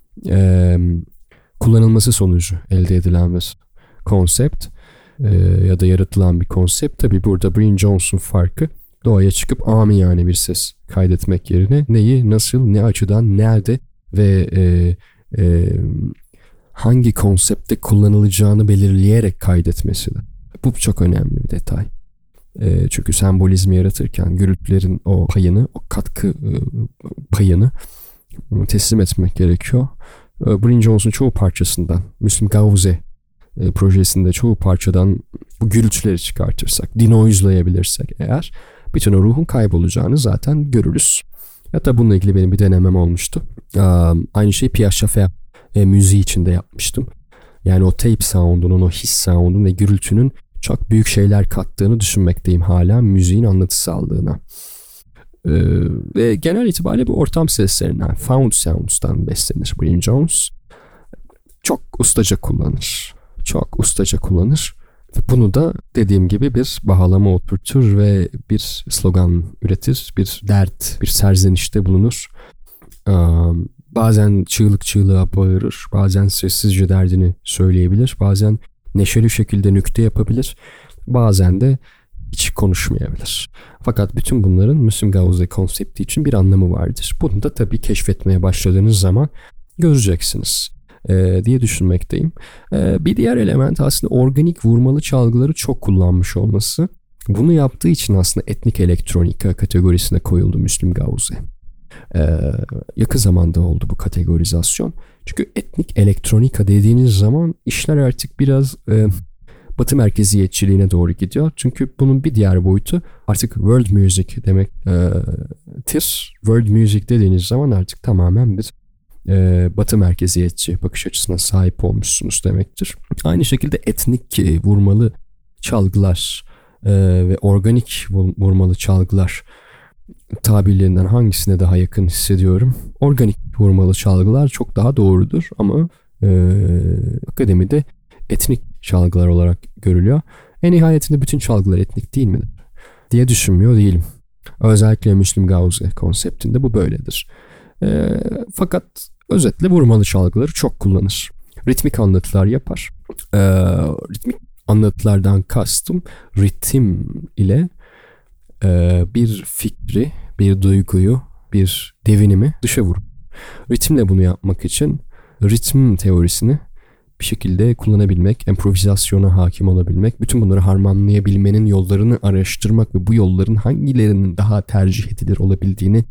e, kullanılması sonucu elde edilen bir konsept e, ya da yaratılan bir konsept. Tabii burada Brian Jones'un farkı, doğaya çıkıp amiyane bir ses kaydetmek yerine neyi, nasıl, ne açıdan, nerede ve e, e, hangi konsepte kullanılacağını belirleyerek kaydetmesi de. Bu çok önemli bir detay. E, çünkü sembolizmi yaratırken gürültülerin o payını, o katkı e, payını teslim etmek gerekiyor. E, Brian Jones'un çoğu parçasından, Müslüm Gauze e, projesinde çoğu parçadan bu gürültüleri çıkartırsak, denoise'layabilirsek eğer, bütün o ruhun kaybolacağını zaten görürüz. Hatta bununla ilgili benim bir denemem olmuştu. E, aynı şeyi Pierre Schaeffer E, müziği içinde yapmıştım. Yani o tape sound'unun, o his sound'un ve gürültünün çok büyük şeyler kattığını düşünmekteyim hala müziğin anlatısallığına. E, ve genel itibariyle bu ortam seslerinden, found sounds'tan beslenir Brian Jones. Çok ustaca kullanır. Çok ustaca kullanır. Bunu da dediğim gibi bir bağlama oturtur ve bir slogan üretir, bir dert, bir serzenişte bulunur. Um, Bazen çığlık çığlığa bağırır, bazen sessizce derdini söyleyebilir, bazen neşeli şekilde nükte yapabilir, bazen de hiç konuşmayabilir. Fakat bütün bunların Müslüm Gauze konsepti için bir anlamı vardır. Bunu da tabii keşfetmeye başladığınız zaman göreceksiniz e, diye düşünmekteyim. E, bir diğer element aslında organik vurmalı çalgıları çok kullanmış olması. Bunu yaptığı için aslında etnik elektronika kategorisine koyuldu Müslüm Gauze. Ee, yakın zamanda oldu bu kategorizasyon. Çünkü etnik elektronika dediğiniz zaman işler artık biraz e, Batı merkeziyetçiliğine doğru gidiyor. Çünkü bunun bir diğer boyutu artık world music demektir. World music dediğiniz zaman artık tamamen bir e, Batı merkeziyetçi bakış açısına sahip olmuşsunuz demektir. Aynı şekilde etnik e, vurmalı çalgılar e, ve organik vurmalı çalgılar tabirlerinden hangisine daha yakın hissediyorum? Organik vurmalı çalgılar çok daha doğrudur ama e, akademide etnik çalgılar olarak görülüyor. En nihayetinde bütün çalgılar etnik değil midir diye düşünmüyor değilim. Özellikle Müslüm Gauze konseptinde bu böyledir. E, fakat özetle vurmalı çalgıları çok kullanır. Ritmik anlatılar yapar. E, ritmik anlatılardan kastım ritim ile bir fikri, bir duyguyu, bir devinimi dışa vurur. Ritimle bunu yapmak için ritim teorisini bir şekilde kullanabilmek, improvizasyona hakim olabilmek, bütün bunları harmanlayabilmenin yollarını araştırmak ve bu yolların hangilerinin daha tercih edilir olabildiğini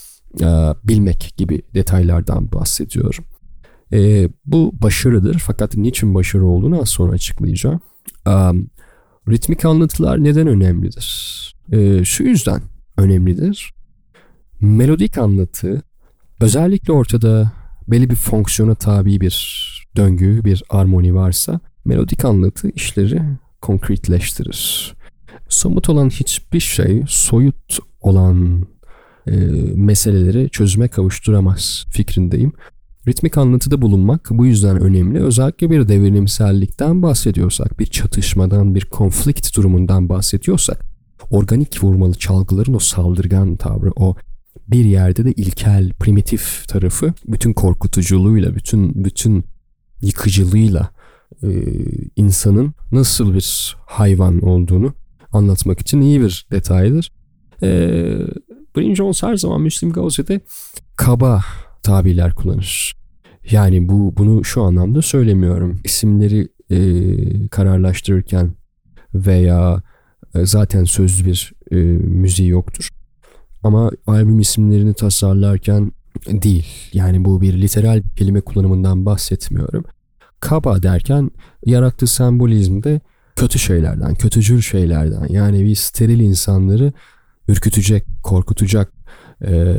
bilmek gibi detaylardan bahsediyorum. E, bu başarıdır fakat niçin başarı olduğunu az sonra açıklayacağım. Um, ritmik anlatılar neden önemlidir? Ee, şu yüzden önemlidir. Melodik anlatı özellikle ortada belli bir fonksiyona tabi bir döngü, bir armoni varsa melodik anlatı işleri konkretleştirir. Somut olan hiçbir şey soyut olan e, meseleleri çözüme kavuşturamaz fikrindeyim. Ritmik anlatıda bulunmak bu yüzden önemli. Özellikle bir devrimsellikten bahsediyorsak, bir çatışmadan, bir konflikt durumundan bahsediyorsak, organik vurmalı çalgıların o saldırgan tavrı, o bir yerde de ilkel, primitif tarafı bütün korkutuculuğuyla, bütün bütün yıkıcılığıyla e, insanın nasıl bir hayvan olduğunu anlatmak için iyi bir detaydır. E, Brian Jones her zaman Müslüm Gauze'de kaba tabirler kullanır. Yani bu bunu şu anlamda söylemiyorum. İsimleri e, kararlaştırırken veya e, zaten sözlü bir e, müziği yoktur. Ama albüm isimlerini tasarlarken değil. Yani bu bir literal bir kelime kullanımından bahsetmiyorum. Kaba derken yarattığı sembolizmde kötü şeylerden, kötücül şeylerden, yani bir steril insanları ürkütecek, korkutacak e,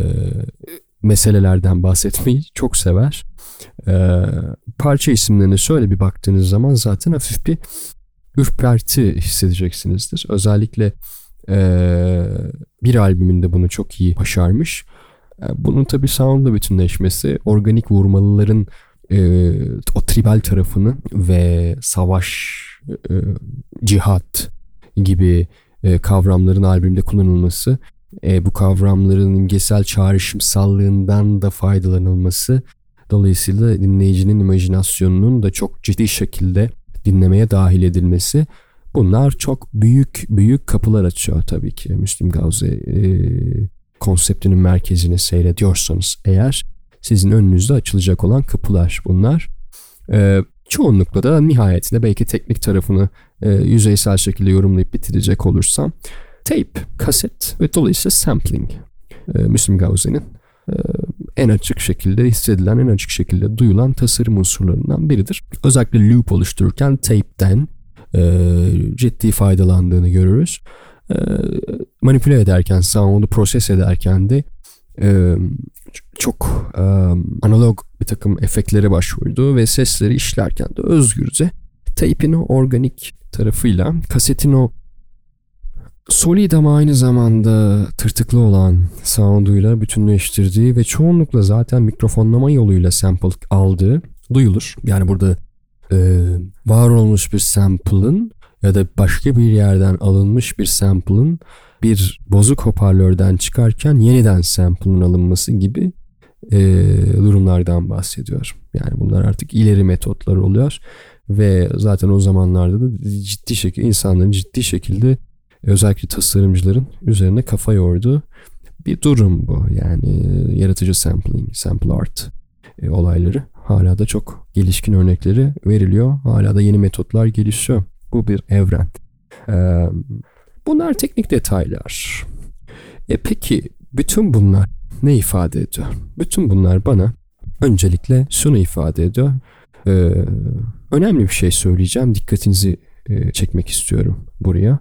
meselelerden bahsetmeyi çok sever. E, parça isimlerine şöyle bir baktığınız zaman zaten hafif bir ürperti hissedeceksinizdir. Özellikle e, bir albümünde bunu çok iyi başarmış. E, bunun tabii sound'la bütünleşmesi, organik vurmalıların e, o tribal tarafını ve savaş, e, cihat gibi e, kavramların albümde kullanılması, e, bu kavramların imgesel çağrışımsallığından da faydalanılması, dolayısıyla dinleyicinin imajinasyonunun da çok ciddi şekilde dinlemeye dahil edilmesi, bunlar çok büyük büyük kapılar açıyor tabii ki. Müslüm Gavze e, konseptinin merkezini seyrediyorsanız eğer, sizin önünüzde açılacak olan kapılar bunlar. E, çoğunlukla da nihayetinde belki teknik tarafını e, yüzeysel şekilde yorumlayıp bitirecek olursam, tape, kaset ve dolayısıyla sampling e, Müslüm Gavze'nin e, en açık şekilde hissedilen, en açık şekilde duyulan tasarım unsurlarından biridir. Özellikle loop oluştururken tape'den e, ciddi faydalandığını görürüz. E, manipüle ederken, sound'u proses ederken de e, çok e, analog bir takım efektlere başvurdu ve sesleri işlerken de özgürce tape'in o organik tarafıyla, kasetin o solid ama aynı zamanda tırtıklı olan sound'uyla bütünleştirdiği ve çoğunlukla zaten mikrofonlama yoluyla sample aldığı duyulur. Yani burada e, var olmuş bir sample'ın ya da başka bir yerden alınmış bir sample'ın bir bozuk hoparlörden çıkarken yeniden sample'ın alınması gibi e, durumlardan bahsediyor. Yani bunlar artık ileri metotlar oluyor ve zaten o zamanlarda da ciddi şekilde insanların ciddi şekilde, özellikle tasarımcıların üzerine kafa yorduğu bir durum bu. Yani yaratıcı sampling, sample art e, olayları hala da çok gelişkin örnekleri veriliyor. Hala da yeni metotlar gelişiyor. Bu bir evren. E, bunlar teknik detaylar. E peki bütün bunlar ne ifade ediyor? Bütün bunlar bana öncelikle şunu ifade ediyor. E, önemli bir şey söyleyeceğim. Dikkatinizi e, çekmek istiyorum buraya.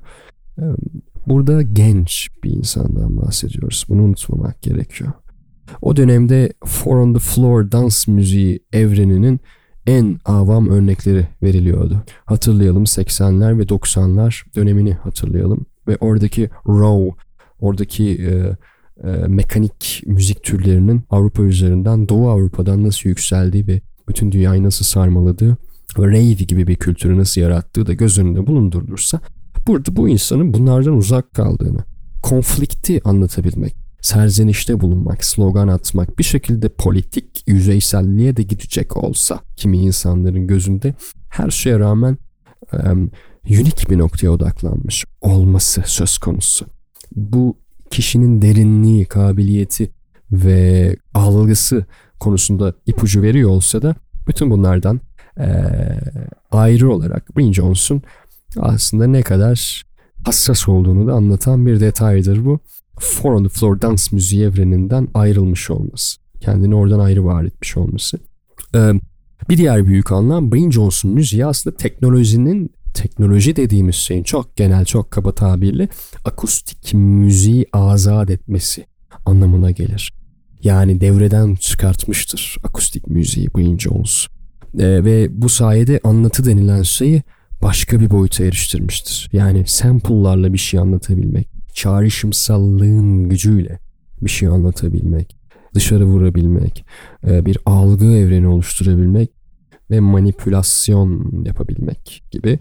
Burada genç bir insandan bahsediyoruz. Bunu unutmamak gerekiyor. O dönemde Four on the Floor dans müziği evreninin en avam örnekleri veriliyordu. Hatırlayalım, seksenler ve doksanlar dönemini hatırlayalım. Ve oradaki raw, oradaki e, e, mekanik müzik türlerinin Avrupa üzerinden, Doğu Avrupa'dan nasıl yükseldiği ve bütün dünyayı nasıl sarmaladığı ve rave gibi bir kültürü nasıl yarattığı da göz önünde bulundurulursa, burada bu insanın bunlardan uzak kaldığını, konflikti anlatabilmek, serzenişte bulunmak, slogan atmak, bir şekilde politik yüzeyselliğe de gidecek olsa kimi insanların gözünde her şeye rağmen um, unik bir noktaya odaklanmış olması söz konusu. Bu kişinin derinliği, kabiliyeti ve algısı konusunda ipucu veriyor olsa da bütün bunlardan e, ayrı olarak Brian Jones'un aslında ne kadar hassas olduğunu da anlatan bir detaydır bu. Four on the Floor dans müziği evreninden ayrılmış olması. Kendini oradan ayrı var etmiş olması. Ee, bir diğer büyük anlam, Brian Jones'un müziği aslında teknolojinin, teknoloji dediğimiz şeyin çok genel, çok kaba tabirle akustik müziği azat etmesi anlamına gelir. Yani devreden çıkartmıştır akustik müziği Brian Jones. Ee, ve bu sayede anlatı denilen şeyi başka bir boyuta eriştirmiştir. Yani sample'larla bir şey anlatabilmek, çağrışımsallığın gücüyle bir şey anlatabilmek, dışarı vurabilmek, bir algı evreni oluşturabilmek ve manipülasyon yapabilmek gibi.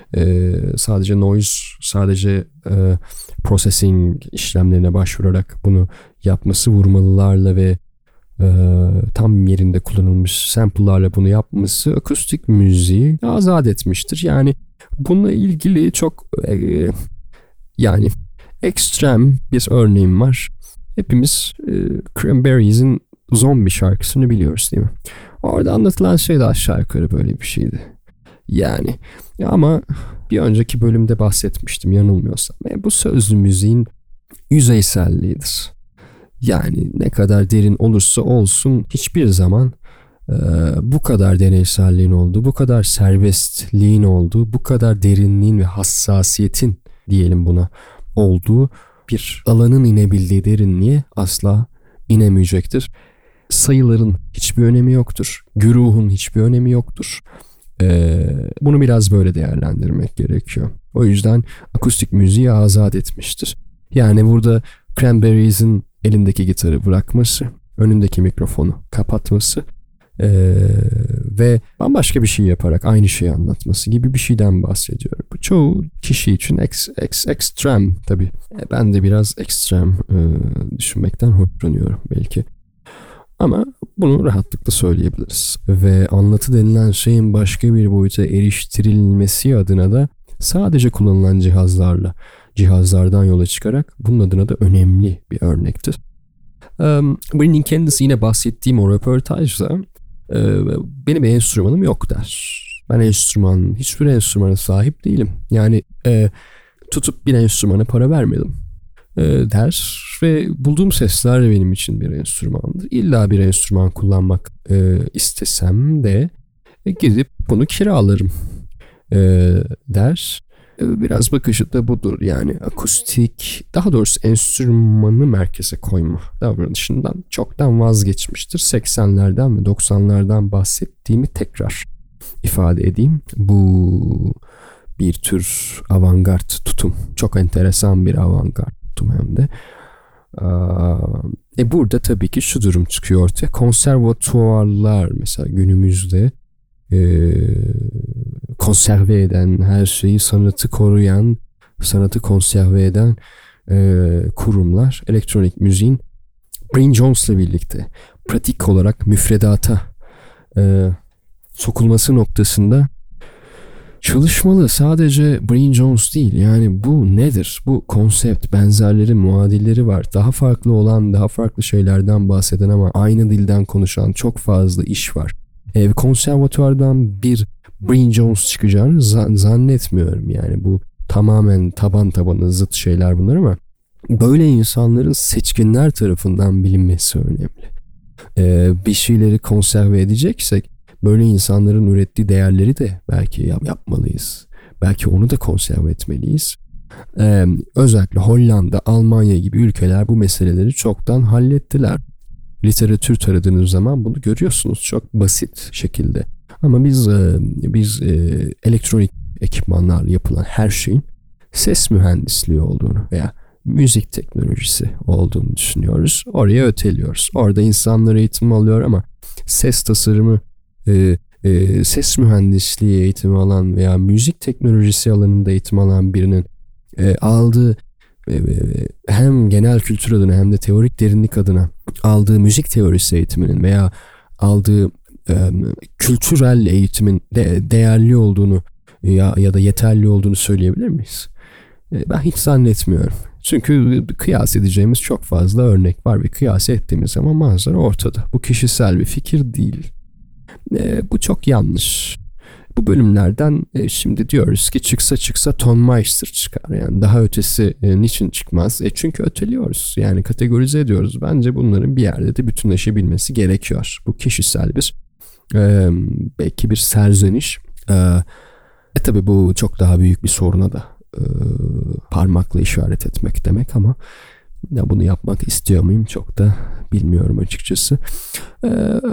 Sadece noise, sadece processing işlemlerine başvurarak bunu yapması, vurmalılarla ve tam yerinde kullanılmış sample'larla bunu yapması akustik müziği azat etmiştir. Yani bununla ilgili çok e, yani ekstrem bir örneğim var. Hepimiz e, Cranberries'in Zombie şarkısını biliyoruz değil mi? Orada anlatılan şey de aşağı yukarı böyle bir şeydi. Yani ama bir önceki bölümde bahsetmiştim yanılmıyorsam. E, bu sözlü müziğin yüzeyselliğidir. Yani ne kadar derin olursa olsun hiçbir zaman e, bu kadar deneyselliğin olduğu, bu kadar serbestliğin olduğu, bu kadar derinliğin ve hassasiyetin diyelim buna olduğu bir alanın inebildiği derinliğe asla inemeyecektir. Sayıların hiçbir önemi yoktur. Güruhun hiçbir önemi yoktur. Ee, bunu biraz böyle değerlendirmek gerekiyor. O yüzden akustik müziği azat etmiştir. Yani burada Cranberries'in elindeki gitarı bırakması, önündeki mikrofonu kapatması ee, ve bambaşka bir şey yaparak aynı şeyi anlatması gibi bir şeyden bahsediyorum. Bu çoğu kişi için ex, ex, ekstrem tabii. E, ben de biraz ekstrem e, düşünmekten hoşlanıyorum belki. Ama bunu rahatlıkla söyleyebiliriz. Ve anlatı denilen şeyin başka bir boyuta eriştirilmesi adına da sadece kullanılan cihazlarla, cihazlardan yola çıkarak bunun adına da önemli bir örnektir. Um, Britney'nin kendisi yine bahsettiğim o röportajda e, benim enstrümanım yok der. Ben enstrüman, hiçbir enstrümana sahip değilim. Yani e, tutup bir enstrümana para vermedim der ve bulduğum sesler benim için bir enstrümandır. İlla bir enstrüman kullanmak e, istesem de e, gidip bunu kiralarım e, der. E, biraz bakışı da budur. Yani akustik, daha doğrusu enstrümanı merkeze koyma davranışından çoktan vazgeçmiştir. seksenlerden ve doksanlardan bahsettiğimi tekrar ifade edeyim. Bu bir tür avantgard tutum. Çok enteresan bir avantgard hem de. E burada tabii ki şu durum çıkıyor ortaya. Konservatuvarlar mesela günümüzde e, konserve eden, her şeyi sanatı koruyan, sanatı konserve eden e, kurumlar elektronik müziğin Brian Jones'la birlikte pratik olarak müfredata e, sokulması noktasında çalışmalı. Sadece Brian Jones değil. Yani bu nedir? Bu konsept, benzerleri, muadilleri var. Daha farklı olan, daha farklı şeylerden bahseden ama aynı dilden konuşan çok fazla iş var. E, konservatuvardan bir Brian Jones çıkacağını zannetmiyorum. Yani bu tamamen taban tabana zıt şeyler bunlar ama böyle insanların seçkinler tarafından bilinmesi önemli. E, bir şeyleri konserve edeceksek böyle insanların ürettiği değerleri de belki yapmalıyız. Belki onu da konserve etmeliyiz. Ee, özellikle Hollanda, Almanya gibi ülkeler bu meseleleri çoktan hallettiler. Literatür taradığınız zaman bunu görüyorsunuz çok basit şekilde. Ama biz e, biz e, elektronik ekipmanlarla yapılan her şeyin ses mühendisliği olduğunu veya müzik teknolojisi olduğunu düşünüyoruz. Oraya öteliyoruz. Orada insanlar eğitim alıyor ama ses tasarımı, E, e, ses mühendisliği eğitimi alan veya müzik teknolojisi alanında eğitim alan birinin e, aldığı e, hem genel kültür adına hem de teorik derinlik adına aldığı müzik teorisi eğitiminin veya aldığı e, kültürel eğitimin de, değerli olduğunu ya, ya da yeterli olduğunu söyleyebilir miyiz? E, ben hiç zannetmiyorum. Çünkü kıyas edeceğimiz çok fazla örnek var ve kıyas ettiğimiz zaman manzara ortada. Bu kişisel bir fikir değil. E, bu çok yanlış. Bu bölümlerden e, şimdi diyoruz ki çıksa çıksa Tonmeister çıkar. Yani daha ötesi e, niçin çıkmaz? E, çünkü öteliyoruz. Yani kategorize ediyoruz. Bence bunların bir yerde de bütünleşebilmesi gerekiyor. Bu kişisel bir e, belki bir serzeniş. E, e tabi bu çok daha büyük bir soruna da e, parmakla işaret etmek demek ama ya bunu yapmak istiyor muyum çok da bilmiyorum açıkçası. Ee,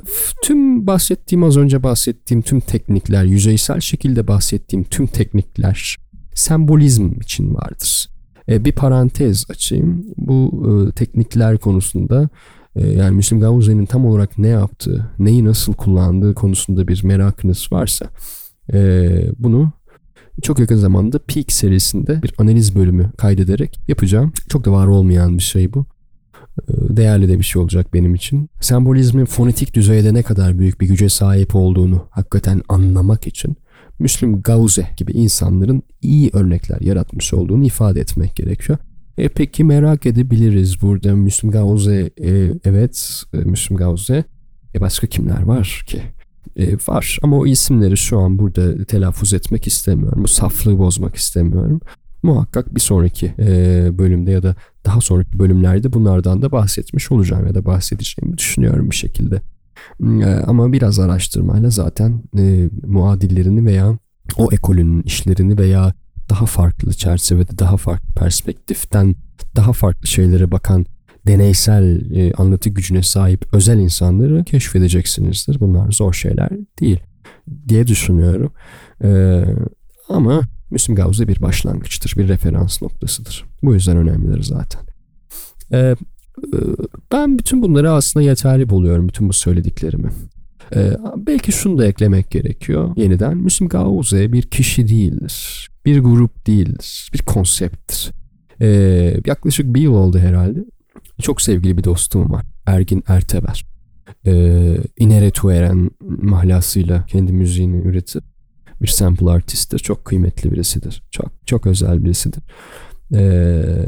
tüm bahsettiğim az önce bahsettiğim tüm teknikler, yüzeysel şekilde bahsettiğim tüm teknikler sembolizm için vardır. Ee, bir parantez açayım. Bu e, teknikler konusunda e, yani Müslüm Gavuzeli'nin tam olarak ne yaptığı, neyi nasıl kullandığı konusunda bir merakınız varsa e, bunu çok yakın zamanda Peak serisinde bir analiz bölümü kaydederek yapacağım. Çok da var olmayan bir şey bu. Değerli de bir şey olacak benim için. Sembolizmin fonetik düzeyde ne kadar büyük bir güce sahip olduğunu hakikaten anlamak için Müslüm Gavze gibi insanların iyi örnekler yaratmış olduğunu ifade etmek gerekiyor. E peki merak edebiliriz burada Müslüm Gavze, e, evet e, Müslüm Gavze. E başka kimler var ki? E, var ama o isimleri şu an burada telaffuz etmek istemiyorum. Bu saflığı bozmak istemiyorum. Muhakkak bir sonraki e, bölümde ya da daha sonraki bölümlerde bunlardan da bahsetmiş olacağım ya da bahsedeceğimi düşünüyorum bir şekilde. E, ama biraz araştırmayla zaten e, muadillerini veya o ekolün işlerini veya daha farklı çerçevede, daha farklı perspektiften, daha farklı şeylere bakan deneysel e, anlatı gücüne sahip özel insanları keşfedeceksinizdir. Bunlar zor şeyler değil diye düşünüyorum. E, ama Müslüm Gavze bir başlangıçtır, bir referans noktasıdır. Bu yüzden önemlidir zaten. E, e, ben bütün bunları aslında yeterli buluyorum, bütün bu söylediklerimi. E, belki şunu da eklemek gerekiyor yeniden. Müslüm Gavze bir kişi değildir, bir grup değildir, bir konsepttir. E, yaklaşık bir yıl oldu herhalde. Çok sevgili bir dostum var. Ergin Erteber. Ee, Ineretueren mahlasıyla kendi müziğini üretir. Bir sample artisttir. Çok kıymetli birisidir. Çok çok özel birisidir. Ee,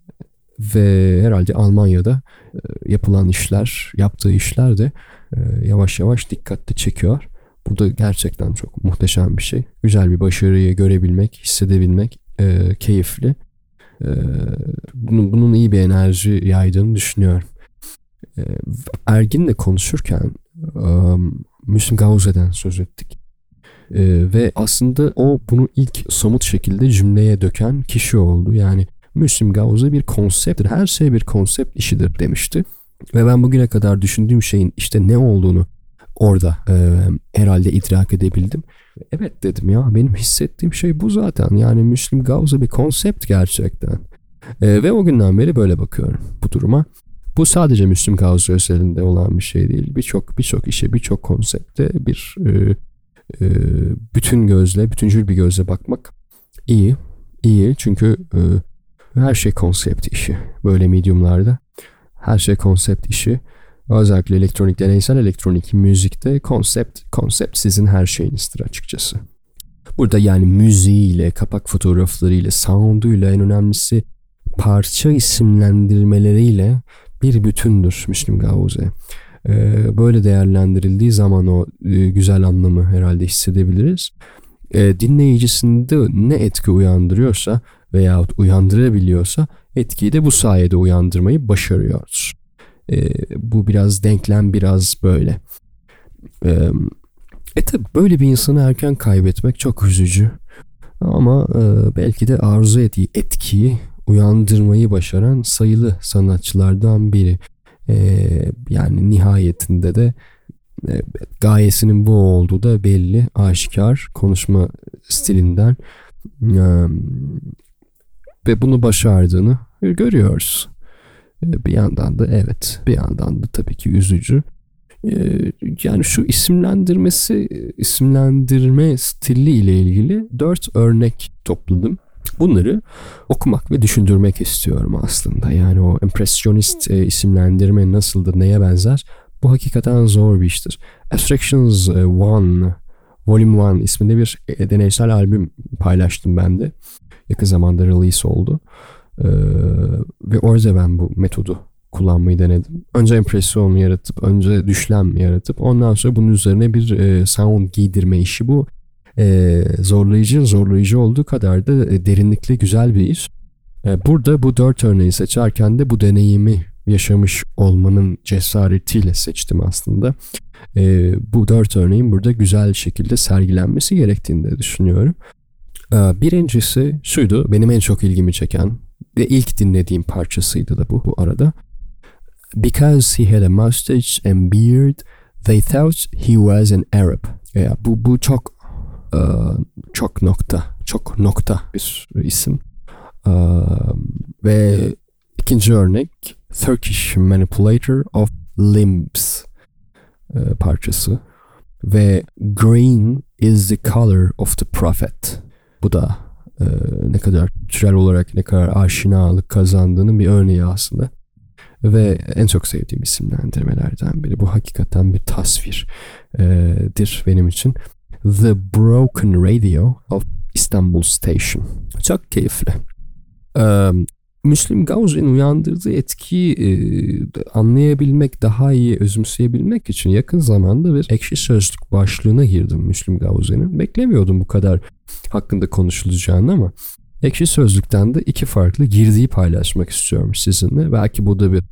ve herhalde Almanya'da e, yapılan işler, yaptığı işler de e, yavaş yavaş dikkatli çekiyor. Bu da gerçekten çok muhteşem bir şey. Güzel bir başarıyı görebilmek, hissedebilmek e, keyifli. Bunun, bunun iyi bir enerji yaydığını düşünüyorum. Ergin'le konuşurken um, Müslüm Gavze'den söz ettik. Ee, ve aslında o bunu ilk somut şekilde cümleye döken kişi oldu. Yani Müslüm Gavze bir konsepttir. Her şey bir konsept işidir demişti. Ve ben bugüne kadar düşündüğüm şeyin işte ne olduğunu orada e, herhalde idrak edebildim. Evet dedim ya, benim hissettiğim şey bu zaten. Yani Müslüm Gavze bir konsept gerçekten. E, ve o günden beri böyle bakıyorum bu duruma. Bu sadece Müslüm Gavze özelinde olan bir şey değil. Birçok birçok işe, birçok konsepte bir e, e, bütün gözle, bütüncül bir gözle bakmak iyi. İyi çünkü e, her şey konsept işi. Böyle mediumlarda her şey konsept işi. Özellikle elektronik, deneysel elektronik müzikte konsept, konsept sizin her şeyinizdir açıkçası. Burada yani müziğiyle, kapak fotoğraflarıyla, sounduyla, en önemlisi parça isimlendirmeleriyle bir bütündür Müslüm Gavze. Ee, böyle değerlendirildiği zaman o e, güzel anlamı herhalde hissedebiliriz. Ee, dinleyicisinde ne etki uyandırıyorsa veyahut uyandırabiliyorsa etkiyi de bu sayede uyandırmayı başarıyoruz. Ee, bu biraz denklem, biraz böyle. Ee, e tabi böyle bir insanı erken kaybetmek çok üzücü. Ama e, belki de arzu ettiği etkiyi uyandırmayı başaran sayılı sanatçılardan biri. Ee, yani nihayetinde de e, gayesinin bu olduğu da belli, aşikar konuşma stilinden e, ve bunu başardığını görüyoruz. Bir yandan da evet, bir yandan da tabii ki üzücü. Yani şu isimlendirmesi, isimlendirme stili ile ilgili dört örnek topladım. Bunları okumak ve düşündürmek istiyorum aslında. Yani o empresyonist isimlendirme nasıldır, neye benzer? Bu hakikaten zor bir iştir. Abstractions One, Volume One isminde bir deneysel albüm paylaştım ben de. Yakın zamanda release oldu. Ee, ve orada ben bu metodu kullanmayı denedim. Önce empresyon yaratıp, önce düşlem yaratıp ondan sonra bunun üzerine bir e, sound giydirme işi bu. E, zorlayıcı, zorlayıcı olduğu kadar da e, derinlikli güzel bir iş. E, burada bu dört örneği seçerken de bu deneyimi yaşamış olmanın cesaretiyle seçtim aslında. E, bu dört örneğin burada güzel şekilde sergilenmesi gerektiğini de düşünüyorum. E, birincisi şuydu, benim en çok ilgimi çeken ve ilk dinlediğim parçasıydı da bu, bu arada. Because he had a mustache and beard, they thought he was an Arab. Ya, bu bu çok uh, çok nokta, çok nokta bir isim. Uh, ve ikinci örnek Turkish Manipulator of Limbs uh, parçası. Ve Green is the color of the prophet. Bu da uh, ne kadar kültürel olarak ne kadar aşinalık kazandığının bir örneği aslında. Ve en çok sevdiğim isimlendirmelerden biri. Bu hakikaten bir tasvirdir benim için. The Broken Radio of Istanbul Station. Çok keyifli. Um, Müslüm Gauze'nin uyandırdığı etkiyi e, anlayabilmek, daha iyi özümseyebilmek için yakın zamanda bir Ekşi Sözlük başlığına girdim Müslüm Gauze'nin. Beklemiyordum bu kadar hakkında konuşulacağını ama Ekşi Sözlük'ten de iki farklı girdiği paylaşmak istiyorum sizinle. Belki bu da bir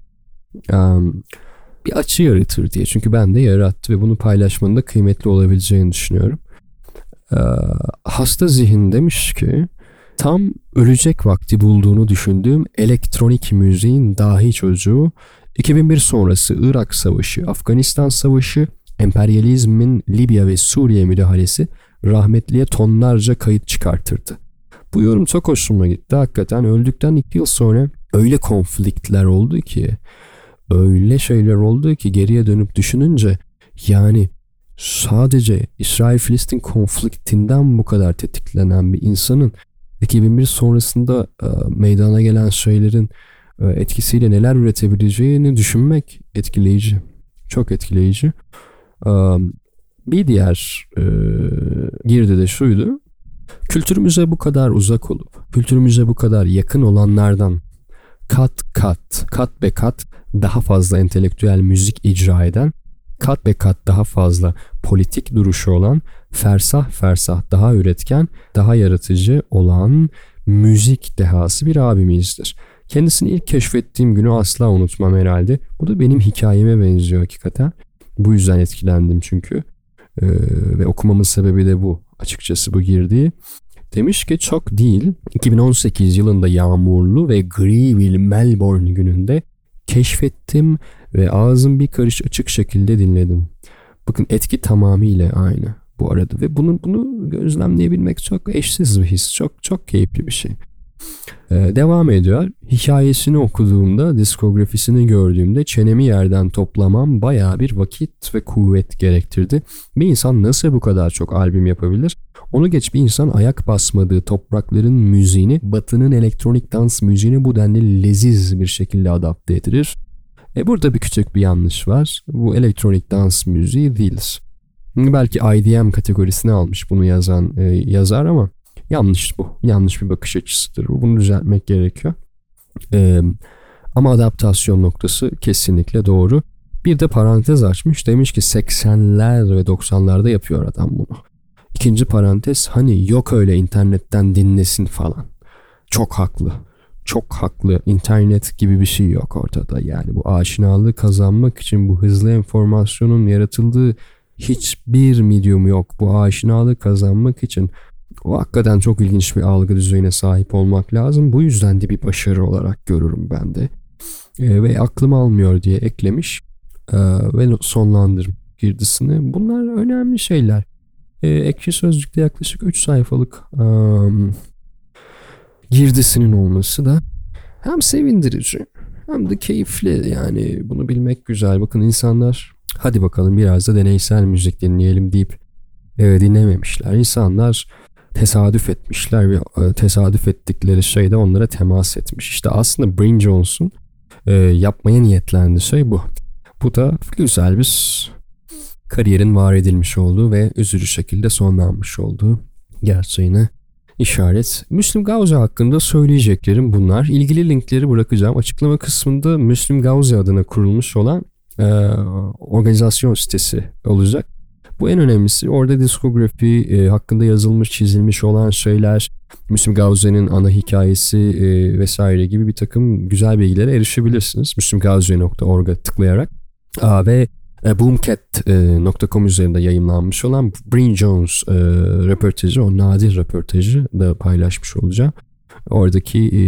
um, bir açı yaratır diye. Çünkü ben de yarattı ve bunu paylaşmanın da kıymetli olabileceğini düşünüyorum. Ee, hasta zihin demiş ki tam ölecek vakti bulduğunu düşündüğüm elektronik müziğin dahi çocuğu, iki bin bir sonrası Irak Savaşı, Afganistan Savaşı, emperyalizmin Libya ve Suriye müdahalesi rahmetliye tonlarca kayıt çıkartırdı. Bu yorum çok hoşuma gitti. Hakikaten öldükten iki yıl sonra öyle konfliktler oldu ki, öyle şeyler oldu ki geriye dönüp düşününce yani sadece İsrail-Filistin konfliktinden bu kadar tetiklenen bir insanın iki bin bir sonrasında e, meydana gelen şeylerin e, etkisiyle neler üretebileceğini düşünmek etkileyici. Çok etkileyici. E, bir diğer e, girdi de şuydu. Kültürümüze bu kadar uzak olup, kültürümüze bu kadar yakın olanlardan kat kat, kat be kat daha fazla entelektüel müzik icra eden, kat be kat daha fazla politik duruşu olan, fersah fersah daha üretken, daha yaratıcı olan müzik dehası bir abimizdir. Kendisini ilk keşfettiğim günü asla unutmam herhalde. Bu da benim hikayeme benziyor hakikaten. Bu yüzden etkilendim çünkü. Ee, ve okumamın sebebi de bu. Açıkçası bu girdiği. Demiş ki çok değil, iki bin on sekiz yılında yağmurlu ve gri bir Melbourne gününde keşfettim ve ağzım bir karış açık şekilde dinledim. Bakın etki tamamıyla aynı bu arada ve bunu bunu gözlemleyebilmek çok eşsiz bir his, çok çok keyifli bir şey. Ee, devam ediyor. Hikayesini okuduğumda, diskografisini gördüğümde çenemi yerden toplamam bayağı bir vakit ve kuvvet gerektirdi. Bir insan nasıl bu kadar çok albüm yapabilir? Onu geç, bir insan ayak basmadığı toprakların müziğini, Batı'nın elektronik dans müziğine bu denli leziz bir şekilde adapte edilir. E burada bir küçük bir yanlış var. Bu elektronik dans müziği değiliz. Belki I D M kategorisine almış bunu yazan e, yazar ama yanlış bu. Yanlış bir bakış açısıdır. Bunu düzeltmek gerekiyor. Ee, ama adaptasyon noktası kesinlikle doğru. Bir de parantez açmış. Demiş ki seksenler ve doksanlarda yapıyor adam bunu. İkinci parantez, hani yok öyle internetten dinlesin falan. Çok haklı. Çok haklı. İnternet gibi bir şey yok ortada. Yani bu aşinalığı kazanmak için bu hızlı enformasyonun yaratıldığı hiçbir medium yok. Bu aşinalığı kazanmak için o hakikaten çok ilginç bir algı düzeyine sahip olmak lazım. Bu yüzden de bir başarı olarak görürüm ben de. E, ve aklım almıyor diye eklemiş. E, ve sonlandırım girdisini. Bunlar önemli şeyler. E, Ekşi Sözlük'te yaklaşık üç sayfalık um, girdisinin olması da hem sevindirici hem de keyifli. Yani bunu bilmek güzel. Bakın insanlar hadi bakalım biraz da deneysel müzik dinleyelim deyip e, dinlememişler. İnsanlar tesadüf etmişler ve tesadüf ettikleri şey de onlara temas etmiş. İşte aslında Bryn Jones'un e, yapmaya niyetlendiği şey bu. Bu da güzel bir kariyerin var edilmiş olduğu ve üzücü şekilde sonlanmış olduğu gerçeğine işaret. Müslüm Gauze hakkında söyleyeceklerim bunlar. İlgili linkleri bırakacağım. Açıklama kısmında Müslüm Gauze adına kurulmuş olan e, organizasyon sitesi olacak. Bu en önemlisi. Orada diskografi e, hakkında yazılmış, çizilmiş olan şeyler, Müslüm Gauze'nin ana hikayesi e, vesaire gibi bir takım güzel bilgilere erişebilirsiniz. müslüm gauze nokta org'a tıklayarak. Aa, ve e, boomcat nokta com üzerinde yayımlanmış olan Bryn Jones e, röportajı, o nadir röportajı da paylaşmış olacağım. Oradaki e,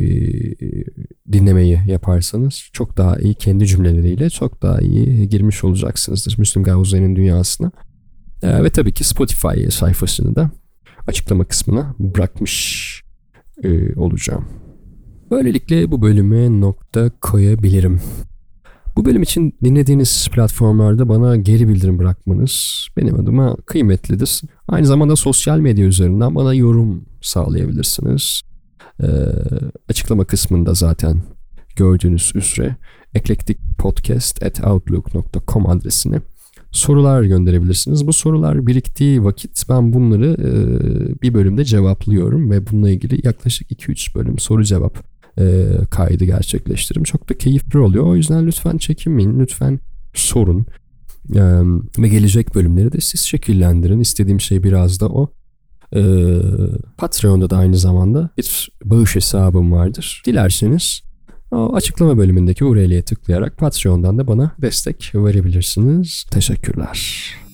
dinlemeyi yaparsanız çok daha iyi, kendi cümleleriyle çok daha iyi girmiş olacaksınızdır Müslüm Gauze'nin dünyasına. E, ve tabii ki Spotify sayfasını da açıklama kısmına bırakmış e, olacağım. Böylelikle bu bölüme nokta koyabilirim. Bu bölüm için dinlediğiniz platformlarda bana geri bildirim bırakmanız benim adıma kıymetlidir. Aynı zamanda sosyal medya üzerinden bana yorum sağlayabilirsiniz. Ee, açıklama kısmında zaten gördüğünüz üzere eclecticpodcast at outlook nokta com adresine sorular gönderebilirsiniz. Bu sorular biriktiği vakit ben bunları e, bir bölümde cevaplıyorum ve bununla ilgili yaklaşık iki üç bölüm soru cevap e, kaydı gerçekleştiririm. Çok da keyifli oluyor. O yüzden lütfen çekinmeyin, lütfen sorun. E, ve gelecek bölümleri de siz şekillendirin. İstediğim şey biraz da o. E, Patreon'da da aynı zamanda bir bağış hesabım vardır. Dilerseniz o açıklama bölümündeki U R L'ye tıklayarak Patreon'dan da bana destek verebilirsiniz. Teşekkürler.